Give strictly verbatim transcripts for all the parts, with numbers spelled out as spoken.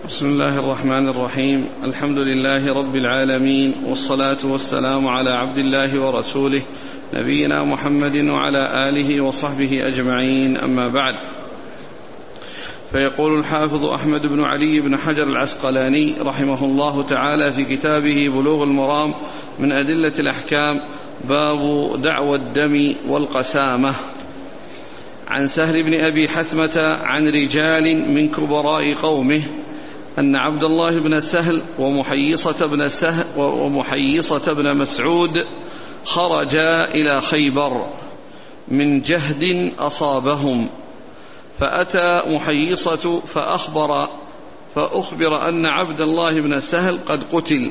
بسم الله الرحمن الرحيم. الحمد لله رب العالمين، والصلاة والسلام على عبد الله ورسوله نبينا محمد وعلى آله وصحبه أجمعين، أما بعد. فيقول الحافظ أحمد بن علي بن حجر العسقلاني رحمه الله تعالى في كتابه بلوغ المرام من أدلة الأحكام: باب دعوى الدم والقسامة. عن سهل بن أبي حثمة عن رجال من كبراء قومه أن عبد الله بن سهل ومحيصة بن, سهل ومحيصة بن مسعود خرجا إلى خيبر من جهد أصابهم، فأتى محيصة فأخبر فأخبر أن عبد الله بن سهل قد قتل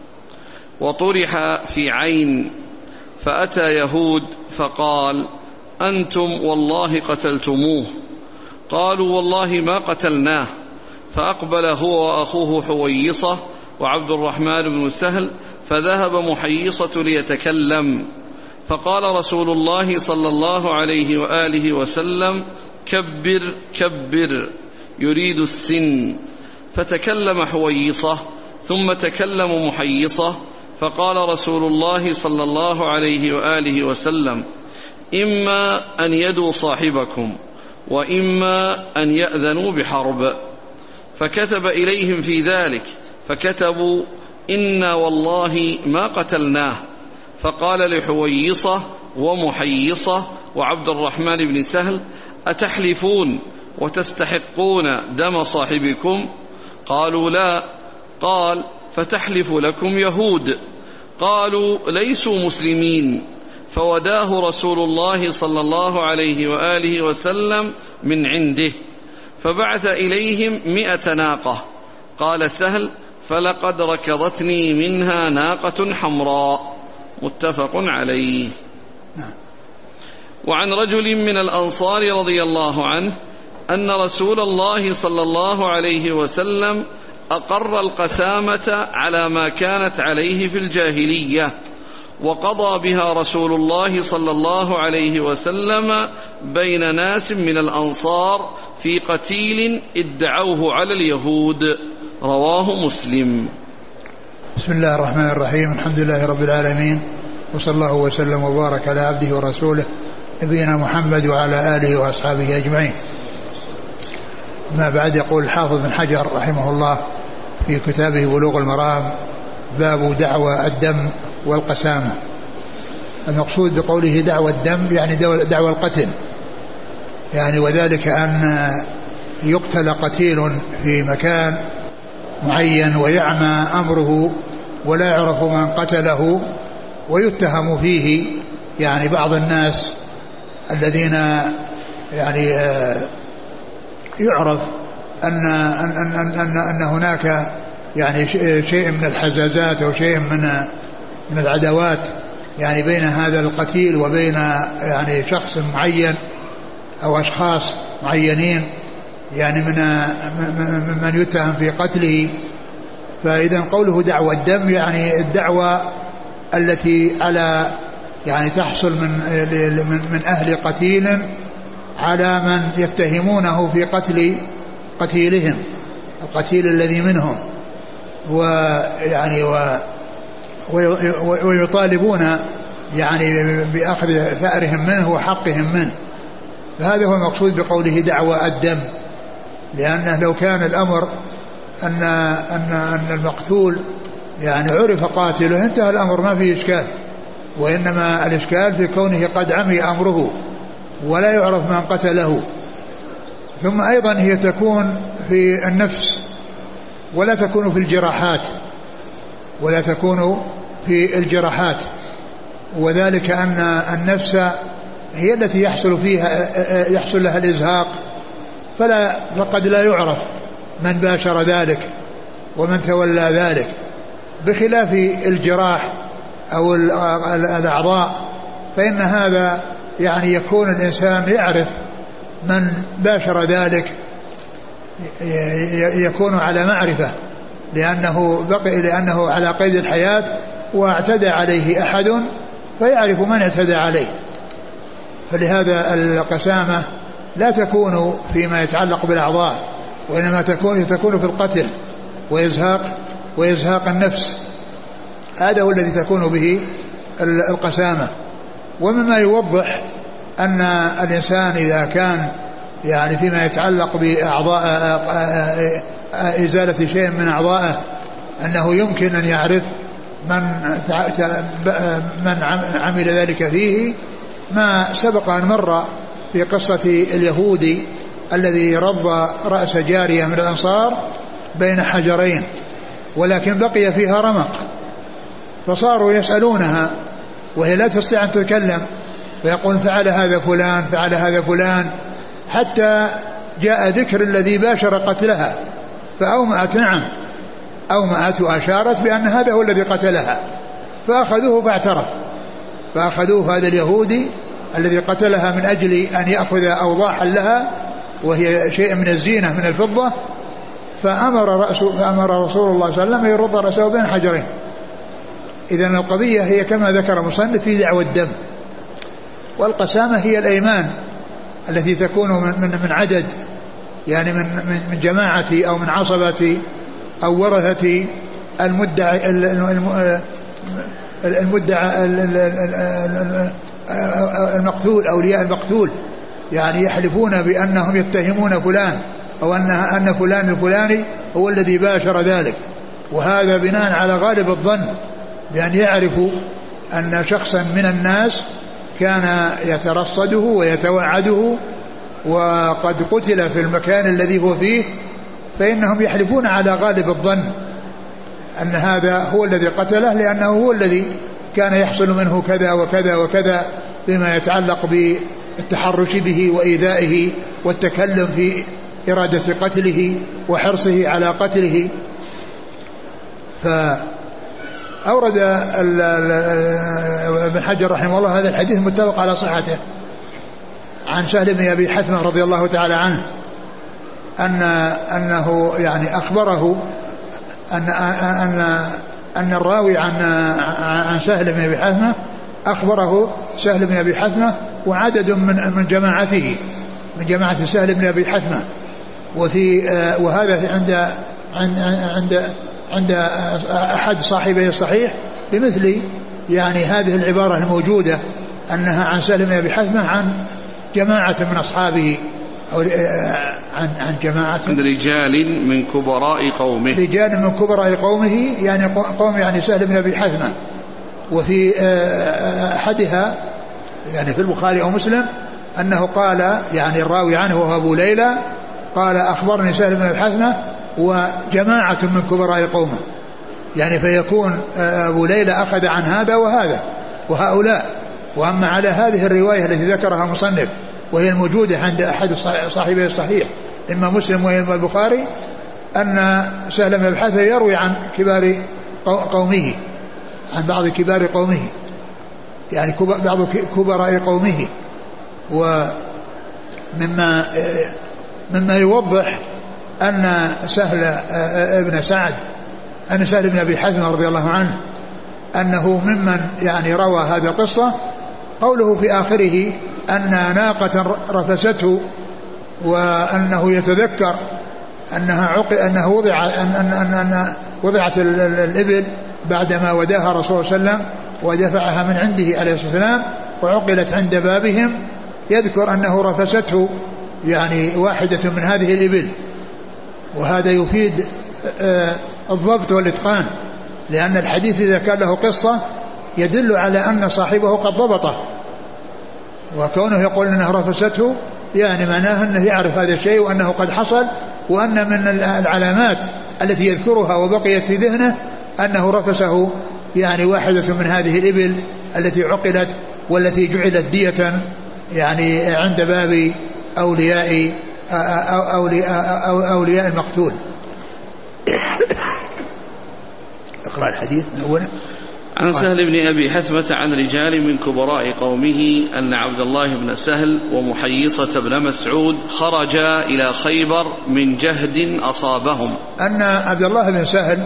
وطرح في عين، فأتى يهود فقال: أنتم والله قتلتموه. قالوا: والله ما قتلناه. فأقبل هو وأخوه حويصة وعبد الرحمن بن سهل، فذهب محيصة ليتكلم، فقال رسول الله صلى الله عليه وآله وسلم: كبر كبر، يريد السن. فتكلم حويصة ثم تكلم محيصة، فقال رسول الله صلى الله عليه وآله وسلم: إما أن يدوا صاحبكم وإما أن يأذنوا بحرب. فكتب إليهم في ذلك، فكتبوا: إنا والله ما قتلناه. فقال لحويصة ومحيصة وعبد الرحمن بن سهل: أتحلفون وتستحقون دم صاحبكم؟ قالوا: لا. قال: فتحلف لكم يهود. قالوا: ليسوا مسلمين. فوداه رسول الله صلى الله عليه وآله وسلم من عنده، فبعث إليهم مئة ناقة. قال سهل: فلقد ركضتني منها ناقة حمراء. متفق عليه. وعن رجل من الأنصار رضي الله عنه أن رسول الله صلى الله عليه وسلم أقر القسامة على ما كانت عليه في الجاهلية، وقضى بها رسول الله صلى الله عليه وسلم بين ناس من الأنصار في قتيل ادعوه على اليهود. رواه مسلم. بسم الله الرحمن الرحيم. الحمد لله رب العالمين، وصلى الله وسلم وبارك على عبده ورسوله نبينا محمد وعلى آله وأصحابه أجمعين. ما بعد، يقول الحافظ بن حجر رحمه الله في كتابه بلوغ المرام: باب دعوى الدم والقسامة. المقصود بقوله دعوى الدم يعني دعوى القتل، يعني وذلك أن يقتل قتيل في مكان معين ويعمى أمره ولا يعرف من قتله، ويتهم فيه يعني بعض الناس الذين يعني يعرف أن, أن, أن, أن, أن هناك يعني شيء من الحزازات أو شيء من من العداوات يعني بين هذا القتيل وبين يعني شخص معين أو أشخاص معينين يعني من من يتهم في قتله. فإذا قوله دعوى الدم يعني الدعوة التي على يعني تحصل من من أهل قتيل على من يتهمونه في قتل قتيلهم، القتيل الذي منهم، ويعني ويطالبون يعني بأخذ ثأرهم منه وحقهم منه. فهذا هو المقصود بقوله دعوى الدم، لأنه لو كان الأمر أن أن أن المقتول يعني عرف قاتله انتهى الأمر، ما فيه إشكال. وإنما الإشكال في كونه قد عمي أمره ولا يعرف من قتله. ثم أيضا هي تكون في النفس ولا تكون في الجراحات، ولا تكون في الجراحات وذلك أن النفس هي التي يحصل فيها يحصل لها الإزهاق، فلا فقد لا يعرف من باشر ذلك ومن تولى ذلك، بخلاف الجراح أو الأعضاء، فإن هذا يعني يكون الإنسان يعرف من باشر ذلك، يكون على معرفة لأنه بقي لأنه على قيد الحياة واعتدى عليه أحد فيعرف من اعتدى عليه. فلهذا القسامة لا تكون فيما يتعلق بالأعضاء، وإنما تكون تكون في القتل وإزهاق وإزهاق النفس. هذا هو الذي تكون به القسامة. ومما يوضح أن الإنسان إذا كان يعني فيما يتعلق بأعضاء إزالة شيء من أعضائه أنه يمكن أن يعرف من من عمل ذلك فيه ما سبق أن مر في قصة اليهودي الذي رض رأس جارية من الأنصار بين حجرين ولكن بقي فيها رمق، فصاروا يسألونها وهي لا تستطيع أن تتكلم، فيقول فعل هذا فلان فعل هذا فلان، حتى جاء ذكر الذي باشر قتلها فأومأت نعم أومأت وأشارت بأن هذا هو الذي قتلها، فأخذوه فاعترف، فأخذوه هذا اليهودي الذي قتلها من أجل أن يأخذ أوضاحا لها وهي شيء من الزينة من الفضة، فأمر, رأسه فأمر رسول الله صلى الله عليه وسلم يرد رأسه بين حجرين. إذن القضية هي كما ذكر المصنف في دعوى الدم. والقسامة هي الأيمان التي تكون من, من, من عدد يعني من, من جماعة أو من عصبة أو ورثة المدعي المدعى المقتول أولياء المقتول، يعني يحلفون بأنهم يتهمون فلان أو أن أن فلان الفلاني هو الذي باشر ذلك، وهذا بناء على غالب الظن بأن يعرفوا أن شخصا من الناس كان يترصده ويتوعده وقد قتل في المكان الذي هو فيه، فإنهم يحلفون على غالب الظن أن هذا هو الذي قتله لأنه هو الذي كان يحصل منه كذا وكذا وكذا بما يتعلق بالتحرش به وإيذائه والتكلم في إرادة قتله وحرصه على قتله. فأورد ابن حجر رحمه الله هذا الحديث متفق على صحته عن سهل بن أبي حثمة رضي الله تعالى عنه أن أنه يعني أخبره أن أن أن الراوي عن عن سهل بن أبي حثمة أخبره سهل بن أبي حثمة وعدد من من جماعته من جماعة سهل بن أبي حثمة، وفي وهذا عند عند عند عند أحد صاحبي الصحيح بمثل يعني هذه العبارة الموجودة أنها عن سهل بن أبي حثمة عن جماعة من أصحابه أو عن عن جماعة من رجال من كبراء قومه رجال من كبراء قومه يعني قوم يعني سهل بن أبي حثمة. وفي أحدها يعني في البخاري أو مسلم أنه قال يعني الراوي عنه وهو أبو ليلى قال أخبرني سهل بن أبي حثمة وجماعة من كبراء قومه، يعني فيكون أبو ليلى أخذ عن هذا وهذا وهؤلاء. وأما على هذه الرواية التي ذكرها مصنف وهي الموجودة عند أحد صاحبي الصحيح إما مسلم وإما البخاري أن سهل بن أبي حثمة يروي عن كبار قومه عن بعض كبار قومه يعني بعض كبراء قومه. ومما مما يوضح أن سهل ابن سعد أن سهل بن أبي حثمة رضي الله عنه أنه ممن يعني روى هذه القصة قوله في آخره أن ناقة رفسته وأنه يتذكر أنها عقل أنه وضع أن أن أن, أن وضعت الإبل بعدما وداها رسول صلى الله عليه وسلم ودفعها من عنده عليه الصلاة والسلام وعقلت عند بابهم، يذكر أنه رفسته يعني واحدة من هذه الإبل، وهذا يفيد الضبط والإتقان، لأن الحديث إذا كان له قصة يدل على أن صاحبه قد ضبطه، وكونه يقول أنه رفسته يعني معناه أنه يعرف هذا الشيء وأنه قد حصل، وأن من العلامات التي يذكرها وبقيت في ذهنه أنه رفسه يعني واحدة من هذه الإبل التي عقلت والتي جعلت دية يعني عند باب أولياء أولياء, أولياء المقتول. اقرأ الحديث من أوله. عن سهل بن أبي حثمة عن رجال من كبراء قومه أن عبد الله بن سهل ومحيصة بن مسعود خرجا إلى خيبر من جهد أصابهم. أن عبد الله بن سهل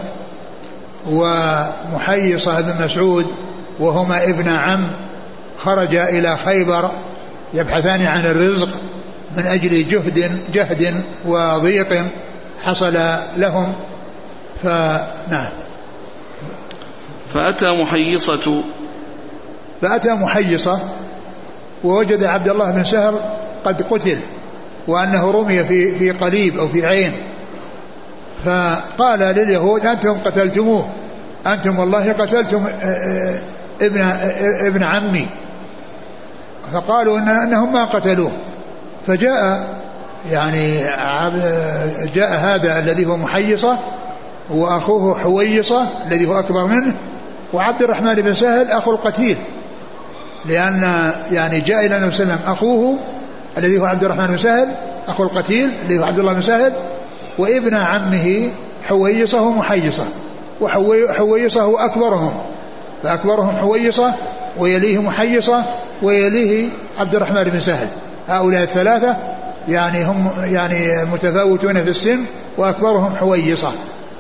ومحيصة بن مسعود وهما ابن عم خرجا إلى خيبر يبحثان عن الرزق من أجل جهد جهد وضيق حصل لهم. فنعم. فأتى محيصة فأتى محيصة ووجد عبد الله بن سهل قد قتل وأنه رمي في في قليب أو في عين. فقال لليهود أنتم قتلتموه، أنتم والله قتلتم ابن ابن عمي. فقالوا إن أنهم ما قتلوه. فجاء يعني جاء هذا الذي هو محيصة وأخوه حويصة الذي هو أكبر منه، وعبد الرحمن بن سهل أخو القتيل، لأن يعني جاء إلى النبي صلى الله عليه وسلم أخوه الذي هو عبد الرحمن بن سهل أخو القتيل الذي هو عبد الله بن سهل، وابن عمه حويصة ومحيصة، وحويصة هو أكبرهم، فأكبرهم حويصة ويليه محيصة ويليه عبد الرحمن بن سهل. هؤلاء الثلاثة يعني هم يعني متفاوتون في السن وأكبرهم حويصة.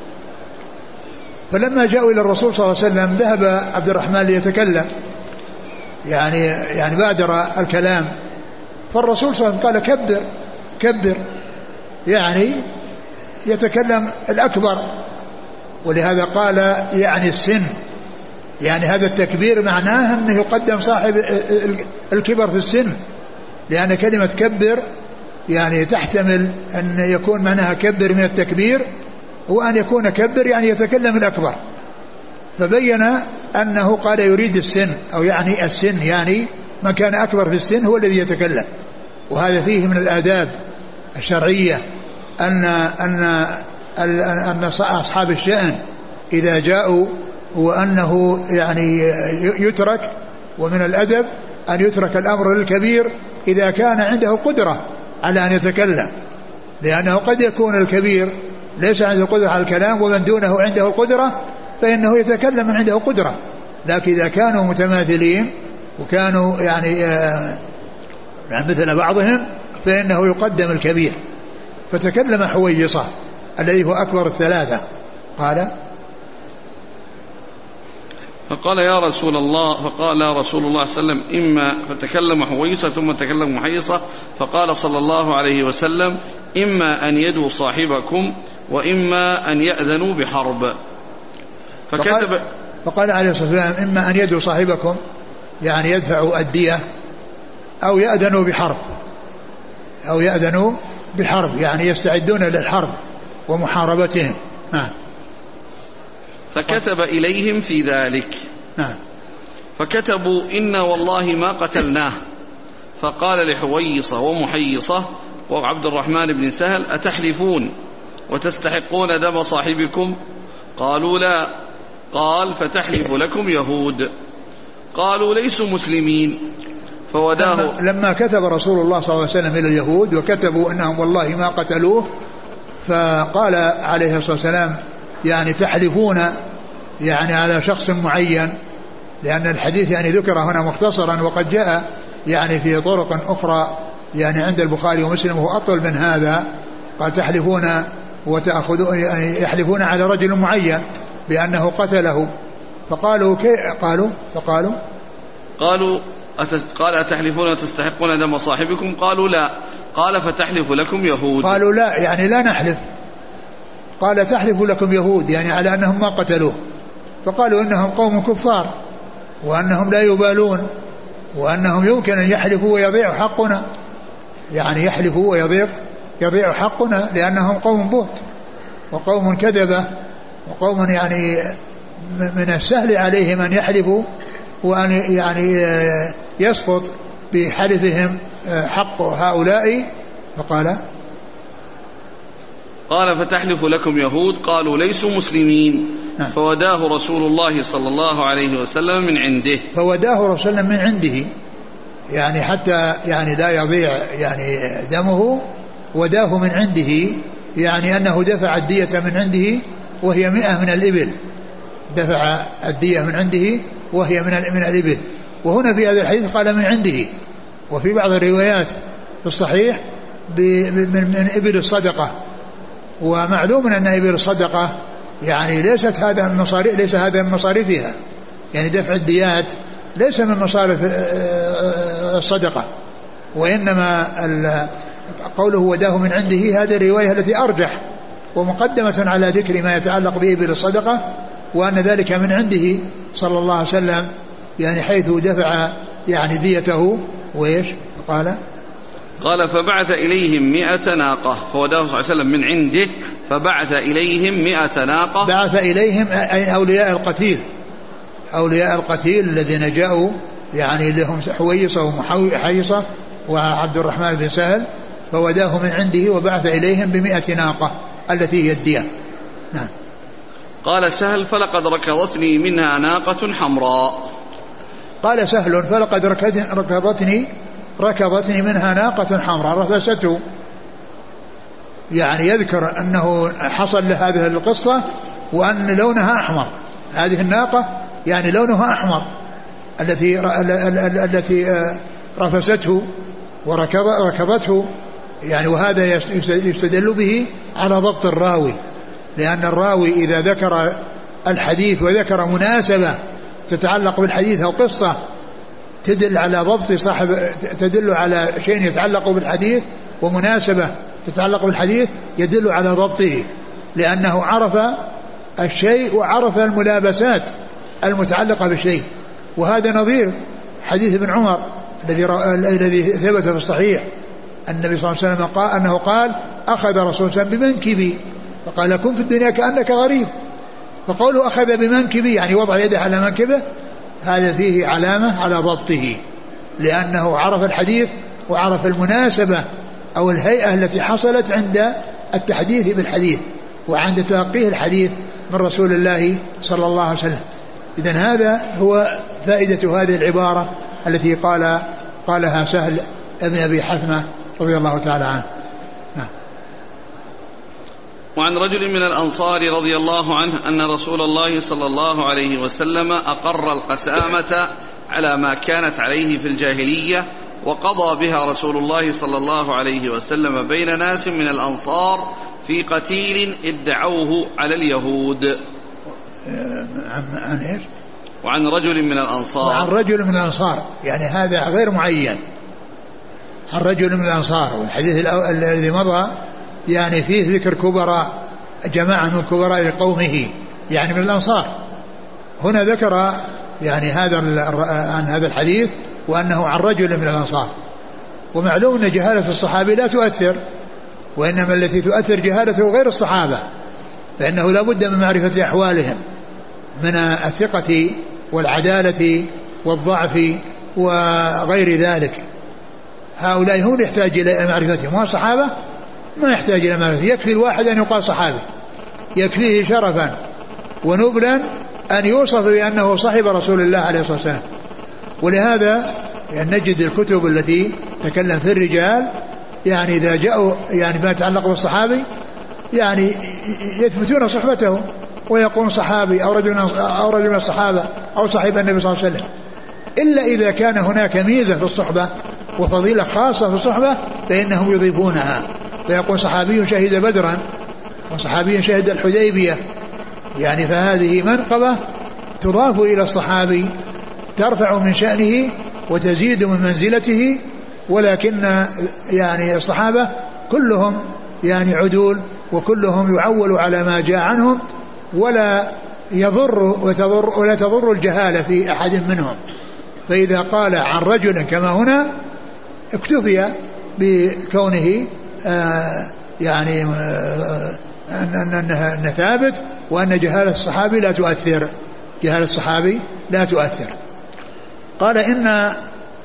فلما جاءوا إلى الرسول صلى الله عليه وسلم ذهب عبد الرحمن ليتكلم، يعني يعني بادر الكلام، فالرسول صلى الله عليه وسلم قال كبر كبر، يعني يتكلم الأكبر، ولهذا قال يعني السن، يعني هذا التكبير معناه أنه يقدم صاحب الكبر في السن، لأن كلمة كبر يعني تحتمل أن يكون معناها كبر من التكبير، وأن يكون كبر يعني يتكلم الأكبر. فبين أنه قال يريد السن، أو يعني السن يعني من كان أكبر في السن هو الذي يتكلم. وهذا فيه من الآداب الشرعية أن أن أن أصحاب الشأن إذا جاءوا وأنه يعني يترك، ومن الأدب أن يترك الأمر للكبير إذا كان عنده قدرة على أن يتكلم، لأنه قد يكون الكبير ليس عنده قدرة على الكلام ومن دونه عنده القدرة، فإنه يتكلم من عنده قدرة. لكن إذا كانوا متماثلين وكانوا يعني آه مثل بعضهم فإنه يقدم الكبير. فتكلم حويصة الذي هو أكبر الثلاثة، قال فقال يا رسول الله فقال رسول الله صلى الله عليه وسلم إما، فتكلم حويصة ثم تكلم محيصة، فقال صلى الله عليه وسلم إما أن يدوا صاحبكم وإما أن يأذنوا بحرب. فكتب فقال, فقال عليه الصلاة والسلام إما أن يدوا صاحبكم يعني يدفعوا الدية، أو يأذنوا بحرب، أو يأذنوا بحرب يعني يستعدون للحرب ومحاربتهم. نعم. فكتب إليهم في ذلك. نعم. فكتبوا إنا والله ما قتلناه. فقال لحويصة ومحيصة وعبد الرحمن بن سهل أتحلفون وتستحقون دم صاحبكم؟ قالوا لا. قال فتحلف لكم يهود. قالوا ليسوا مسلمين. فوداه لما, لما كتب رسول الله صلى الله عليه وسلم إلى اليهود وكتبوا أنهم والله ما قتلوه، فقال عليه الصلاة والسلام يعني تحلفون يعني على شخص معين، لأن الحديث يعني ذكر هنا مختصرا، وقد جاء يعني في طرق أخرى يعني عند البخاري ومسلم وهو أطول من هذا. قال تحلفون وتأخذون، يعني يحلفون على رجل معين بأنه قتله. فقالوا كي قالوا فقالوا قالوا قال أتحلفون وتستحقون دم صاحبكم؟ قالوا لا. قال فتحلف لكم يهود. قالوا لا يعني لا نحلف. قال تحلف لكم يهود يعني على أنهم ما قتلوه. فقالوا إنهم قوم كفار وأنهم لا يبالون وأنهم يمكن أن يحلفوا ويضيعوا حقنا، يعني يحلفوا ويضيع يضيع حقنا لأنهم قوم بهت وقوم كذبة وقوم يعني من السهل عليهم أن يحلفوا وأن يعني يسقط بحلفهم حق هؤلاء. فقال قال فتحلف لكم يهود. قالوا ليسوا مسلمين. نعم. فوداه رسول الله صلى الله عليه وسلم من عنده. فوداه رسول الله من عنده يعني حتى يعني لا يضيع يعني دمه، وداه من عنده يعني أنه دفع الدية من عنده وهي مئة من الإبل، دفع الدية من عنده وهي من من الإبل. وهنا في هذا الحديث قال من عنده، وفي بعض الروايات في الصحيح من إبل الصدقة. ومعلوم أن إبل الصدقة يعني ليست هذا من مصاريف، ليس هذا من مصاريفها، يعني دفع الديات ليس من مصاريف الصدقة، وإنما قوله وداه من عنده هذه الرواية التي أرجح، ومقدمة على ذكر ما يتعلق به بالصدقة، وأن ذلك من عنده صلى الله عليه وسلم، يعني حيث دفع يعني ديته. وإيش قال؟ قال فبعث إليهم مئة ناقة، فوداه صلى الله عليه وسلم من عنده فبعث إليهم مئة ناقة. بعث إليهم أي أولياء القتيل، أولياء القتيل الذين جاءوا يعني لهم حويصة ومحيصة وعبد الرحمن بن سهل، فوداه من عنده وبعث إليهم بمئة ناقة التي هي الدية. نعم. قال سهل فلقد ركضتني منها ناقة حمراء. قال سهل فلقد ركضتني ركضتني منها ناقة حمراء، رفسته، يعني يذكر أنه حصل له هذه القصة وأن لونها أحمر، هذه الناقة يعني لونها أحمر التي التي رفسته وركضته، يعني وهذا يستدل به على ضبط الراوي، لأن الراوي إذا ذكر الحديث وذكر مناسبة تتعلق بالحديث أو قصة تدل على ضبط صاحب، تدل على شيء يتعلق بالحديث ومناسبة تتعلق بالحديث يدل على ضبطه، لأنه عرف الشيء وعرف الملابسات المتعلقة بالشيء. وهذا نظير حديث ابن عمر الذي الذي ثبت في الصحيح، النبي صلى الله عليه وسلم قال أنه قال أخذ رسول الله بمنكبي فقال كن في الدنيا كأنك غريب، فقوله أخذ بمنكبي يعني وضع يده على منكبه، هذا فيه علامة على ضبطه، لأنه عرف الحديث وعرف المناسبة أو الهيئة التي حصلت عند التحديث بالحديث وعند تلقيه الحديث من رسول الله صلى الله عليه وسلم. إذن هذا هو فائدة هذه العبارة التي قال قالها سهل ابن أبي حثمة رضي الله تعالى عنه. وعن رجل من الأنصار رضي الله عنه أن رسول الله صلى الله عليه وسلم أقر القسامة على ما كانت عليه في الجاهلية، وقضى بها رسول الله صلى الله عليه وسلم بين ناس من الأنصار في قتيل ادعوه على اليهود. عن, عن إيش؟ وعن رجل من الأنصار. وعن رجل من الأنصار، يعني هذا غير معين، عن رجل من الأنصار. والحديث الذي مضى يعني فيه ذكر كبراء، جماعة من كبراء قومه يعني من الأنصار. هنا ذكر يعني هذا عن هذا الحديث وأنه عن رجل من الأنصار. ومعلوم أن جهالة الصحابة لا تؤثر، وإنما التي تؤثر جهالته غير الصحابة، فإنه لا بد من معرفة أحوالهم من الثقة والعدالة والضعف وغير ذلك. هؤلاء هم يحتاج إلى معرفتهم، والصحابة ما يحتاج إلى معرفة. يكفي الواحد أن يقال صحابي، يكفيه شرفا ونبلا أن يوصف بأنه صاحب رسول الله عليه الصلاة والسلام. ولهذا يعني نجد الكتب التي تكلم في الرجال، يعني إذا جاءوا يعني ما يتعلق بالصحابي يعني يثبتون صحبته ويقول صحابي أو رجل أو رجل من الصحابة أو صاحب النبي صلى الله عليه وسلم، إلا إذا كان هناك ميزة في الصحبة وفضيلة خاصة في الصحبة فإنهم يضيفونها، فيقول صحابي شهد بدرا وصحابي شهد الحديبية، يعني فهذه منقبة تضاف إلى الصحابي ترفع من شأنه وتزيد من منزلته. ولكن يعني الصحابة كلهم يعني عدول، وكلهم يعول على ما جاء عنهم، ولا يضر وتضر ولا تضر الجهالة في أحد منهم. فإذا قال عن رجل كما هنا اكتفي بكونه آه يعني آه أنه ثابت، وأن جهالة الصحابي لا تؤثر، جهالة الصحابي لا تؤثر. قال إن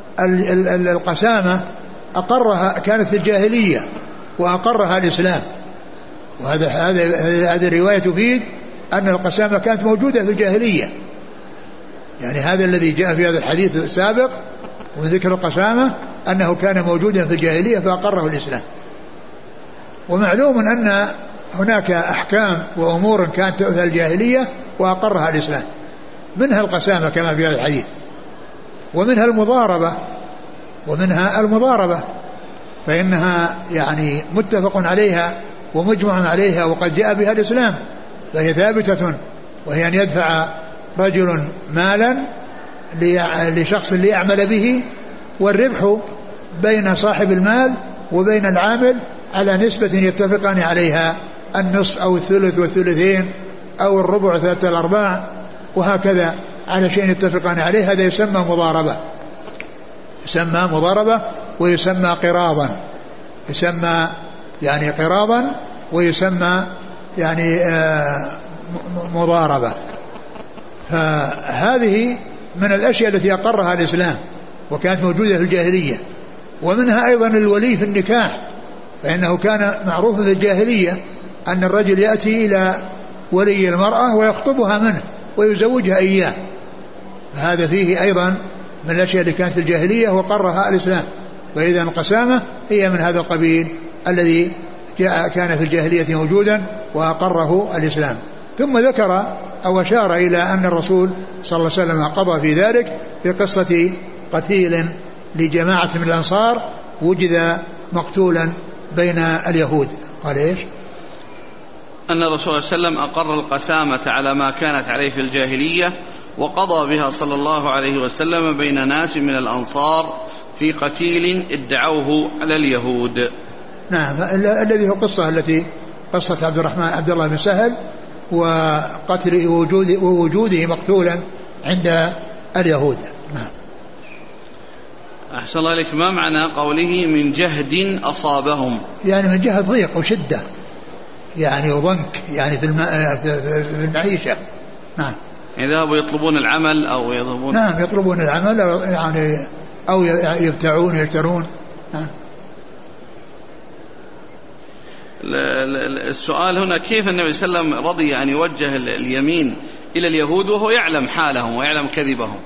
القسامة أقرها كانت في الجاهلية وأقرها الإسلام، وهذا هذه الرواية تفيد أن القسامة كانت موجودة في الجاهلية، يعني هذا الذي جاء في هذا الحديث السابق ومن ذكر القسامة أنه كان موجودا في الجاهلية فأقره الإسلام. ومعلوم أن هناك أحكام وأمور كانت في الجاهلية وأقرها الإسلام، منها القسامة كما في هذا الحديث، ومنها المضاربة ومنها المضاربة فإنها يعني متفق عليها ومجمع عليها وقد جاء بها الإسلام، فهي ثابتة، وهي أن يدفع رجل مالا لشخص ليعمل به، والربح بين صاحب المال وبين العامل على نسبة يتفقان عليها النصف أو الثلث والثلثين أو الربع ثلاثة الأرباع وهكذا على شيء يتفقان عليه، هذا يسمى مضاربة، يسمى مضاربة ويسمى قراضا، يسمى يعني قراضا ويسمى يعني مضاربة. فهذه من الأشياء التي أقرها الإسلام وكانت موجودة في الجاهلية. ومنها أيضا الولي في النكاح، فإنه كان معروفا في الجاهلية أن الرجل يأتي إلى ولي المرأة ويخطبها منه ويزوجها إياه، فهذا فيه أيضا من الأشياء اللي كانت في الجاهلية وقرها الإسلام. وإذا القسامة هي من هذا القبيل الذي جاء كان في الجاهلية موجودا وأقره الإسلام. ثم ذكر أو أشار إلى أن الرسول صلى الله عليه وسلم قضى في ذلك في قصة قتيل لجماعة من الأنصار وجد مقتولا بين اليهود. قال إيش؟ أن الرسول صلى الله عليه وسلم أقر القسامة على ما كانت عليه في الجاهلية وقضى بها صلى الله عليه وسلم بين ناس من الأنصار في قتيل ادعوه على اليهود. نعم، الذي هو القصة التي قصة عبد الرحمن عبد الله بن سهل وقتل ووجوده, ووجوده مقتولا عند اليهود. نعم. أحسن الله إليك، ما معنى قوله من جهد أصابهم؟ يعني من جهة ضيق وشدة يعني وضنك يعني في, في المعيشة. نعم. يعني ذهبوا يطلبون العمل أو يطلبون نعم يطلبون العمل أو يعني أو يبتعون يشترون. نعم. السؤال هنا، كيف النبي صلى الله عليه وسلم رضي أن يوجه اليمين إلى اليهود وهو يعلم حالهم ويعلم كذبهم؟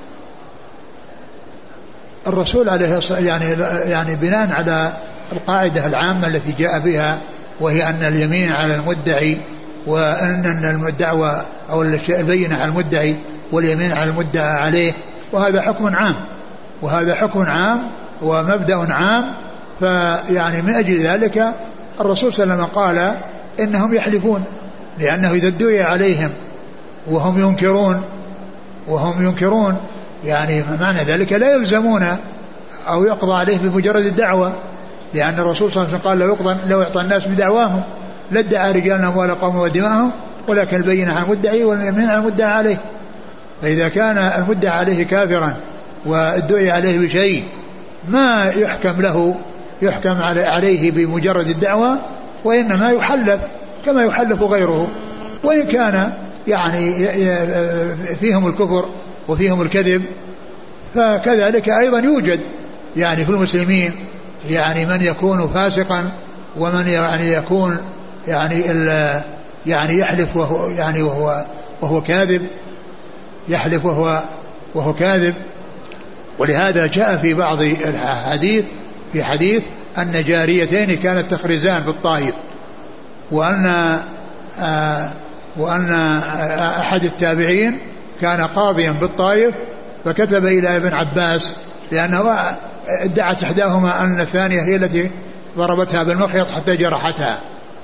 الرسول عليه يعني يعني بناء على القاعدة العامة التي جاء بها، وهي أن اليمين على المدعي وأن الدعوة أو البينة على المدعي واليمين على المدعى عليه، وهذا حكم عام وهذا حكم عام ومبدأ عام. فيعني من أجل ذلك الرسول صلى الله عليه وسلم قال إنهم يحلفون، لأنه إذا ادعي عليهم وهم ينكرون وهم ينكرون يعني معنى ذلك لا يلزمون أو يقضى عليه بمجرد الدعوة، لأن الرسول صلى الله عليه وسلم قال لو يقضى لو يعطى الناس بدعواهم لادعى رجالنا أموال قوم ودماءهم، ولكن البينة على المدعي واليمين على المدعى عليه. فإذا كان المدعى عليه كافرا وادعي عليه بشيء ما يحكم له يحكم عليه بمجرد الدعوة، وإنما يحلف كما يحلف غيره، وإن كان يعني فيهم الكفر وفيهم الكذب. فكذلك أيضا يوجد يعني في المسلمين يعني من يكون فاسقا ومن يعني يكون يعني يعني يحلف وهو يعني وهو وهو كاذب يحلف وهو وهو كاذب. ولهذا جاء في بعض الحديث في حديث أن جاريتين كانت تخرزان بالطائف، وأن آه وأن أحد التابعين كان قاضيا بالطائف فكتب إلى ابن عباس، لأنه ادعت إحداهما أن الثانية هي التي ضربتها بالمخيط حتى جرحتها،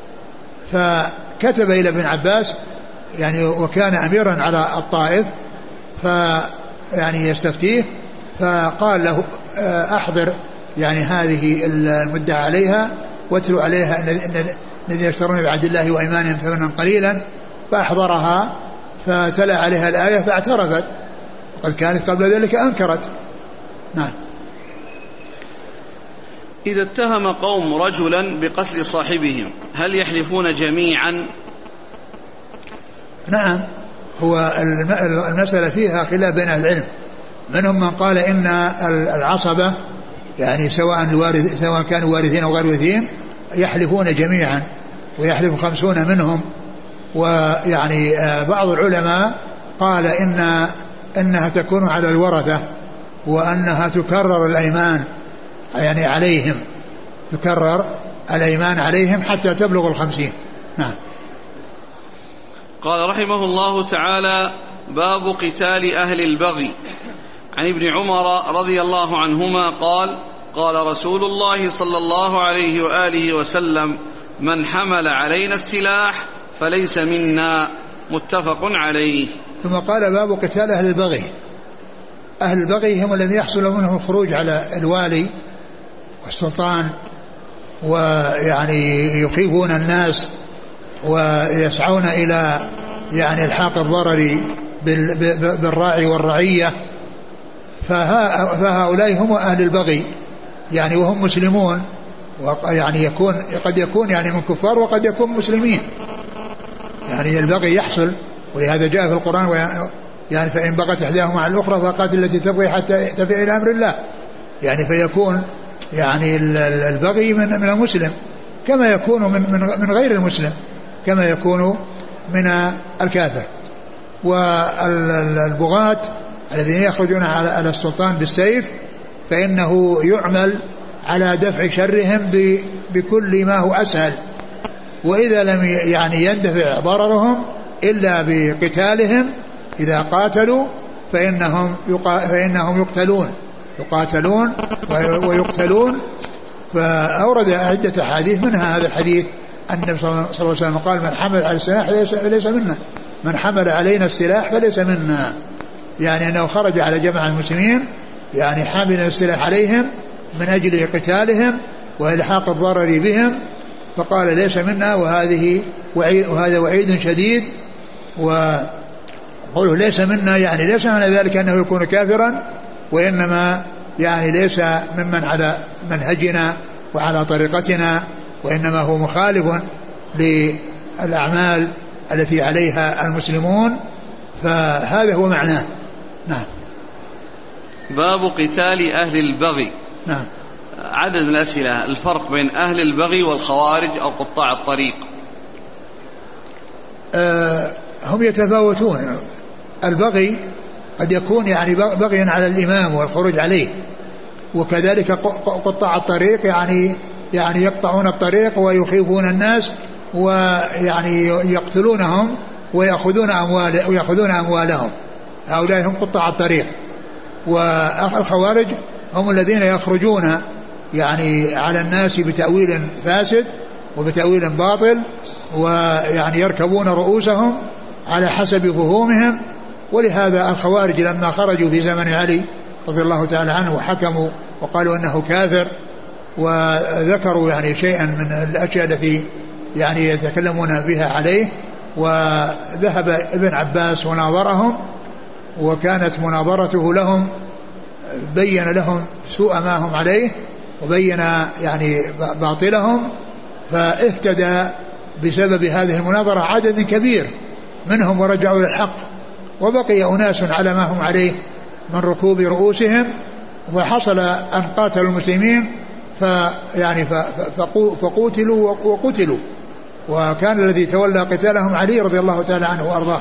فكتب إلى ابن عباس يعني وكان أميرا على الطائف فيعني يستفتيه، فقال له أحضر يعني هذه المدعى عليها واتلو عليها الذين يشترون بعهد الله وإيمانهم ثمنا قليلا، فأحضرها فتلا عليها الآية فاعترفت، قد كانت قبل ذلك أنكرت. نعم. إذا اتهم قوم رجلا بقتل صاحبهم هل يحلفون جميعا؟ نعم، هو المسألة فيها خلاف بين العلم، منهم من قال إن العصبة يعني سواء الوارث سواء كانوا وارثين أو غير وارثين يحلفون جميعا ويحلف خمسون منهم. ويعني بعض العلماء قال إن إنها تكون على الورثة وأنها تكرر الأيمان يعني عليهم تكرر الأيمان عليهم حتى تبلغ الخمسين. نعم. قال رحمه الله تعالى: باب قتال أهل البغي. عن ابن عمر رضي الله عنهما قال: قال رسول الله صلى الله عليه وآله وسلم: من حمل علينا السلاح فليس منا. متفق عليه. ثم قال: باب قتال أهل البغي. أهل البغي هم الذين يحصل منهم الخروج على الوالي والسلطان ويعني يخيفون الناس ويسعون إلى يعني الحاق الضرر بالراعي والرعية، فهؤلاء هم أهل البغي يعني وهم مسلمون، يعني يكون قد يكون يعني من كفار وقد يكون مسلمين، يعني البغي يحصل. ولهذا جاء في القرآن يعني فإن بغت إحداهما على الأخرى فقاتل التي تبغي حتى تفيء إلى أمر الله، يعني فيكون يعني البغي من من المسلم كما يكون من من غير المسلم، كما يكون من الكافر. والبغاة الذين يخرجون على السلطان بالسيف فإنه يعمل على دفع شرهم بكل ما هو أسهل، وإذا لم يعني يندفع ضررهم إلا بقتالهم إذا قاتلوا فإنهم فإنهم يقتلون يقاتلون ويقتلون. فأورد عدة حديث منها هذا الحديث أن النبي صلى الله عليه وسلم قال من حمل على السلاح فليس منا، من حمل علينا السلاح فليس منا، يعني أنه خرج على جماعة المسلمين يعني حامل السلاح عليهم من أجل قتالهم وإلحاق الضرر بهم، فقال ليس منا، وهذه وعيد وهذا وعيد شديد. وقوله ليس منا يعني ليس معنى ذلك أنه يكون كافرا، وإنما يعني ليس ممن على منهجنا وعلى طريقتنا، وإنما هو مخالف للأعمال التي عليها المسلمون، فهذا هو معناه. نعم. باب قتال أهل البغي. نعم. عدد من الأسئلة: الفرق بين أهل البغي والخوارج أو قطاع الطريق؟ أه هم يتفاوتون. البغي قد يكون يعني بغيا على الإمام والخروج عليه، وكذلك قطاع الطريق يعني يعني يقطعون الطريق ويخيفون الناس ويعني يقتلونهم ويأخذون أموال ويأخذون أموالهم، هؤلاء هم قطاع الطريق. والخوارج هم الذين يخرجون يعني على الناس بتأويل فاسد وبتأويل باطل، ويعني يركبون رؤوسهم على حسب فهومهم. ولهذا الخوارج لما خرجوا في زمن علي رضي الله تعالى عنه وحكموا وقالوا أنه كافر، وذكروا يعني شيئا من الأشياء التي يعني يتكلمون بها عليه، وذهب ابن عباس وناظرهم، وكانت مناظرته لهم بين لهم سوء ما هم عليه وبين يعني باطلهم، فاهتدى بسبب هذه المناظرة عدد كبير منهم ورجعوا إلى الحق، وبقي أناس على ما هم عليه من ركوب رؤوسهم، وحصل أن قاتلوا المسلمين فيعني فقوتلوا وقتلوا، وكان الذي تولى قتالهم علي رضي الله تعالى عنه وأرضاه.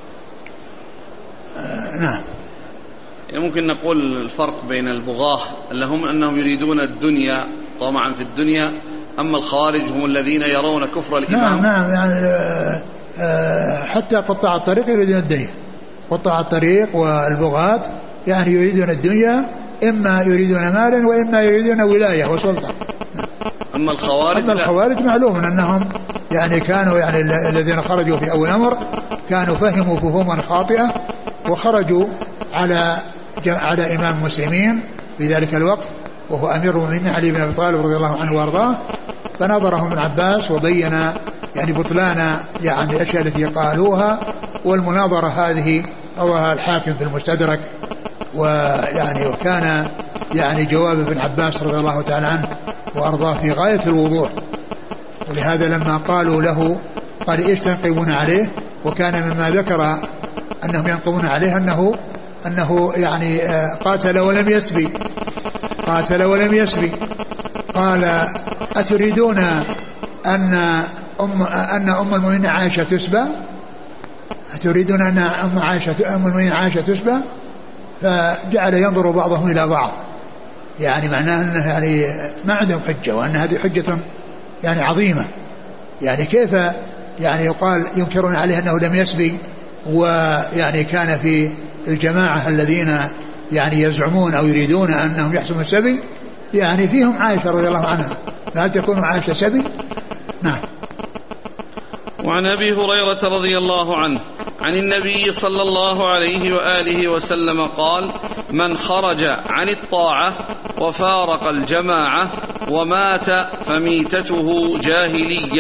آه نعم. ممكن نقول الفرق بين البغاة اللي هم أنهم يريدون الدنيا طمعا في الدنيا، أما الخوارج هم الذين يرون كفر الإمام. نعم نعم يعني آه حتى قطاع الطريق يريدون الدنيا، قطاع الطريق والبغاة يعني يريدون الدنيا، إما يريدون مالا وإما يريدون ولاية وسلطة. أما الخوارج أما الخوارج معلوم أنهم يعني كانوا يعني الذين خرجوا في أول أمر كانوا فهموا فهوما خاطئة وخرجوا على على إمام المسلمين في ذلك الوقت وهو أمير المؤمنين علي بن أبي طالب رضي الله عنه وأرضاه، فنظرهم ابن عباس وبين يعني بطلان يعني الأشياء التي قالوها. والمناظرة هذه رواها الحاكم في المستدرك، ويعني وكان يعني جواب ابن عباس رضي الله تعالى عنه وأرضاه في غاية الوضوح. ولهذا لما قالوا له قال إيش تنقمون عليه، وكان مما ذكر أنهم ينقمون عليه أنه أنه يعني قاتل ولم يسبي قاتل ولم يسبي قال أتريدون أن أم أن أم المؤمنين عائشة تسبى أتريدون أن أم عائشة أم المؤمنين عائشة تسبى فجعل ينظر بعضهم إلى بعض، يعني معناه أنه يعني ما عندهم حجة، وأن هذه حجة يعني عظيمة. يعني كيف يعني يقال ينكرون عليه أنه لم يسبي، ويعني كان في الجماعة الذين يعني يزعمون أو يريدون أنهم يحسموا السبي يعني فيهم عائشة رضي الله عنها، فهل تكون عائشة سبي؟ نعم. وعن أبي هريرة رضي الله عنه عن النبي صلى الله عليه وآله وسلم قال: من خرج عن الطاعة وفارق الجماعة ومات فميتته جاهلية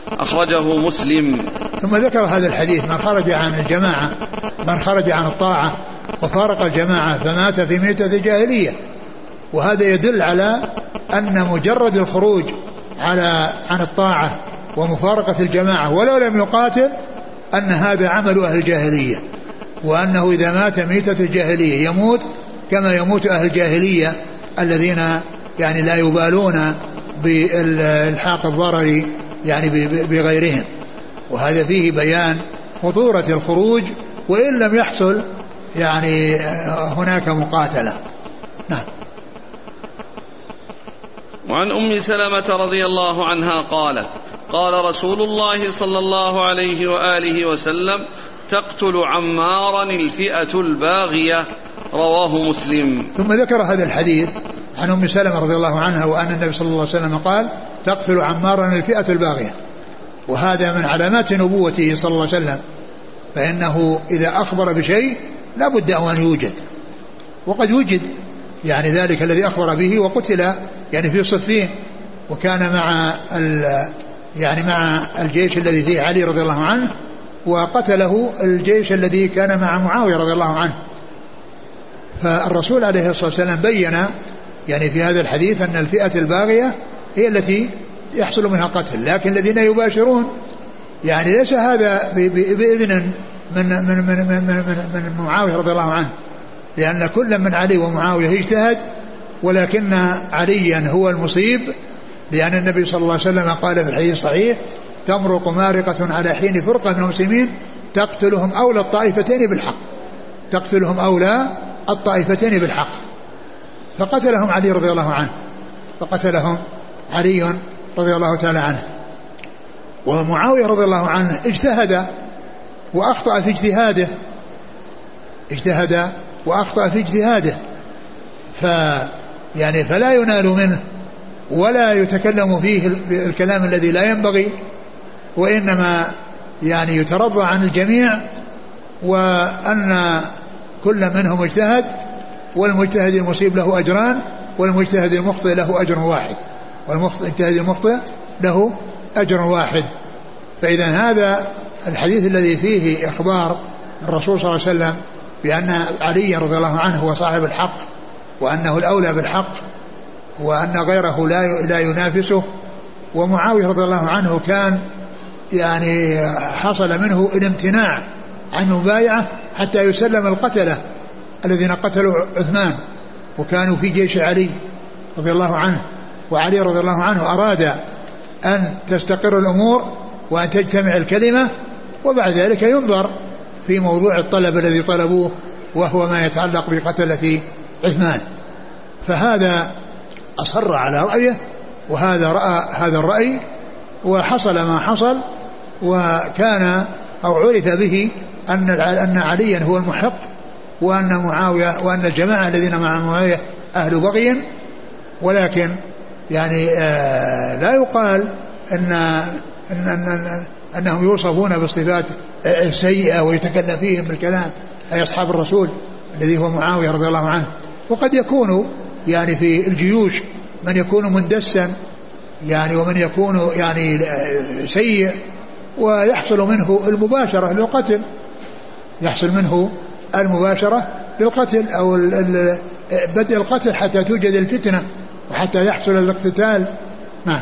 أخرجه مسلم. ثم ذكر هذا الحديث: من خرج عن الجماعة من خرج عن الطاعة وفارق الجماعة فمات في ميتة الجاهلية. وهذا يدل على أن مجرد الخروج على عن الطاعة ومفارقة الجماعة ولو لم يقاتل أن هذا عمل أهل الجاهلية، وأنه إذا مات ميتة الجاهلية يموت كما يموت أهل الجاهلية الذين يعني لا يبالون بالحاق الضرر يعني بغيرهم. وهذا فيه بيان خطورة الخروج وإن لم يحصل يعني هناك مقاتلة. نعم. وعن أم سلمة رضي الله عنها قالت: قال رسول الله صلى الله عليه وآله وسلم: تقتل عمارا الفئة الباغية. رواه مسلم. ثم ذكر هذا الحديث عن أم سلمة رضي الله عنها وأن النبي صلى الله عليه وسلم قال: تقتل عمارا الفئة الباغية. وهذا من علامات نبوته صلى الله عليه وسلم، فإنه إذا أخبر بشيء لا بد أن يوجد، وقد وجد يعني ذلك الذي أخبر به وقتل يعني في صفين، وكان مع يعني مع الجيش الذي فيه علي رضي الله عنه، وقتله الجيش الذي كان مع معاوية رضي الله عنه. فالرسول عليه الصلاة والسلام بين يعني في هذا الحديث أن الفئة الباغية هي التي يحصل منها قتل، لكن الذين يباشرون يعني ليس هذا بإذن من من من من من, من معاوية رضي الله عنه، لأن كل من علي ومعاوية اجتهد، ولكن عليا هو المصيب، لأن النبي صلى الله عليه وسلم قال في الحديث الصحيح: تمرق مارقة على حين فرقة من المسلمين تقتلهم أولى الطائفتين بالحق تقتلهم أولى الطائفتين بالحق فقتلهم علي رضي الله عنه فقتلهم علي رضي الله تعالى عنه. ومعاوية رضي الله عنه اجتهد وأخطأ في اجتهاده اجتهد وأخطأ في اجتهاده ف يعني فلا ينال منه ولا يتكلم فيه الكلام الذي لا ينبغي، وإنما يعني يترضى عن الجميع، وأن كل منهم اجتهد، والمجتهد المصيب له أجران، والمجتهد المخطئ له أجر واحد والمجتهد المخطئ له أجر واحد. فإذا هذا الحديث الذي فيه إخبار الرسول صلى الله عليه وسلم بأن علي رضي الله عنه هو صاحب الحق، وأنه الأولى بالحق، وأن غيره لا لا ينافسه. ومعاوية رضي الله عنه كان يعني حصل منه الامتناع عن المبايعة حتى يسلم القتلة الذين قتلوا عثمان وكانوا في جيش علي رضي الله عنه، وعلي رضي الله عنه أراد أن تستقر الأمور وأن تجتمع الكلمة، وبعد ذلك ينظر في موضوع الطلب الذي طلبوه وهو ما يتعلق بقتلة عثمان. فهذا أصر على رأيه، وهذا رأى هذا الرأي، وحصل ما حصل، وكان أو عرف به أن أن عليا هو المحق، وأن معاوية وأن الجماعة الذين مع معاوية أهل بغي. ولكن يعني آه لا يقال أن, إن, إن أنهم يوصفون بالصفات سيئة ويتكلم فيهم بالكلام أي أصحاب الرسول الذي هو معاوية رضي الله عنه. وقد يكون يعني في الجيوش من يكون مندسا يعني ومن يكون يعني سيء ويحصل منه المباشرة للقتل يحصل منه المباشرة للقتل أو بدء القتل حتى توجد الفتنة وحتى يحصل الاقتتال. نعم.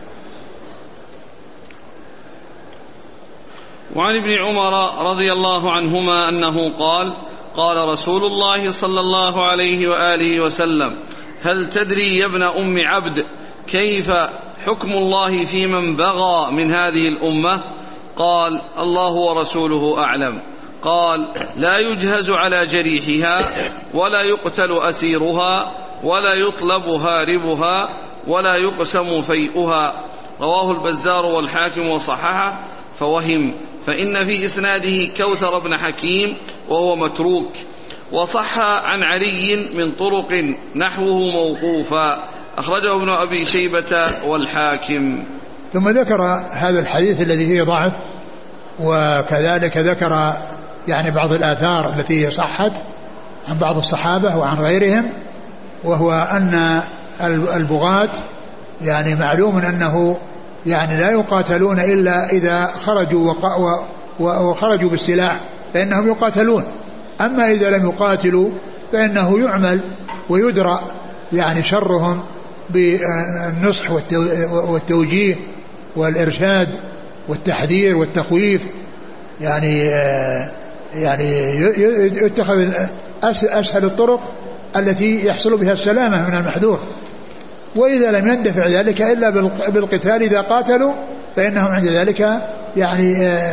وعن ابن عمر رضي الله عنهما أنه قال: قال رسول الله صلى الله عليه وآله وسلم: هل تدري يا ابن أم عبد كيف حكم الله في من بغى من هذه الأمة؟ قال: الله ورسوله أعلم. قال: لا يجهز على جريحها ولا يقتل أسيرها ولا يطلب هاربها ولا يقسم فيئها. رواه البزار والحاكم وصححه، فوهم، فإن في إسناده كوثر بن حكيم وهو متروك. وصح عن علي من طرق نحوه موقوفا، أخرجه ابن أبي شيبة والحاكم. ثم ذكر هذا الحديث الذي فيه ضعف، وكذلك ذكر يعني بعض الآثار التي صحت عن بعض الصحابة وعن غيرهم، وهو أن البغاة يعني معلوم أنه يعني لا يقاتلون إلا إذا خرجوا وخرجوا بالسلاح فإنهم يقاتلون. أما إذا لم يقاتلوا فإنه يعمل ويدرأ يعني شرهم بالنصح والتوجيه والإرشاد والتحذير والتخويف، يعني يعني يتخذ أسهل الطرق التي يحصل بها السلامة من المحذور. وإذا لم يندفع ذلك إلا بالقتال إذا قاتلوا فإنهم عند ذلك يعني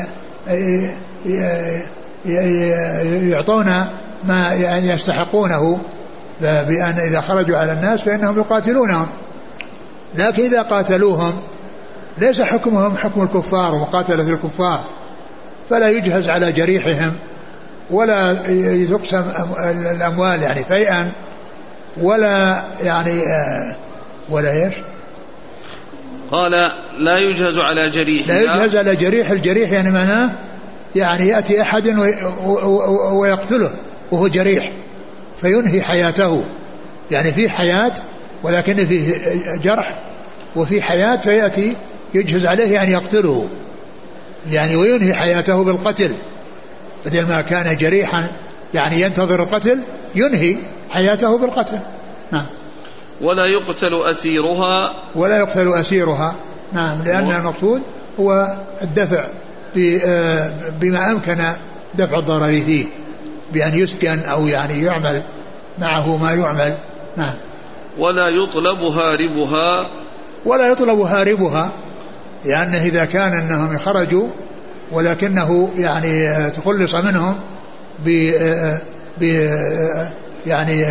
يعطون ما يستحقونه بأن إذا خرجوا على الناس فإنهم يقاتلونهم. لكن إذا قاتلوهم ليس حكمهم حكم الكفار ومقاتلة الكفار، فلا يجهز على جريحهم ولا تقسم الأموال يعني فيئا ولا يعني ولا ايش قال لا يجهز على جريح لا يجهز على جريح. الجريح يعني معناه يعني يأتي أحد ويقتله وهو جريح فينهي حياته، يعني في حياة ولكن فيه جرح وفي حياة فيأتي يجهز عليه يعني يقتله يعني وينهي حياته بالقتل، بدل ما كان جريحا يعني ينتظر القتل ينهي حياته بالقتل. نعم. ولا يقتل أسيرها ولا يقتل أسيرها نعم، لأن المقصود هو الدفع بما أمكن دفع الضرر فيه بأن يسكن أو يعني يعمل معه ما يعمل. نعم. ولا يطلب هاربها ولا يطلب هاربها، لأنه إذا كان أنهم خرجوا ولكنه يعني تخلص منهم ب ب يعني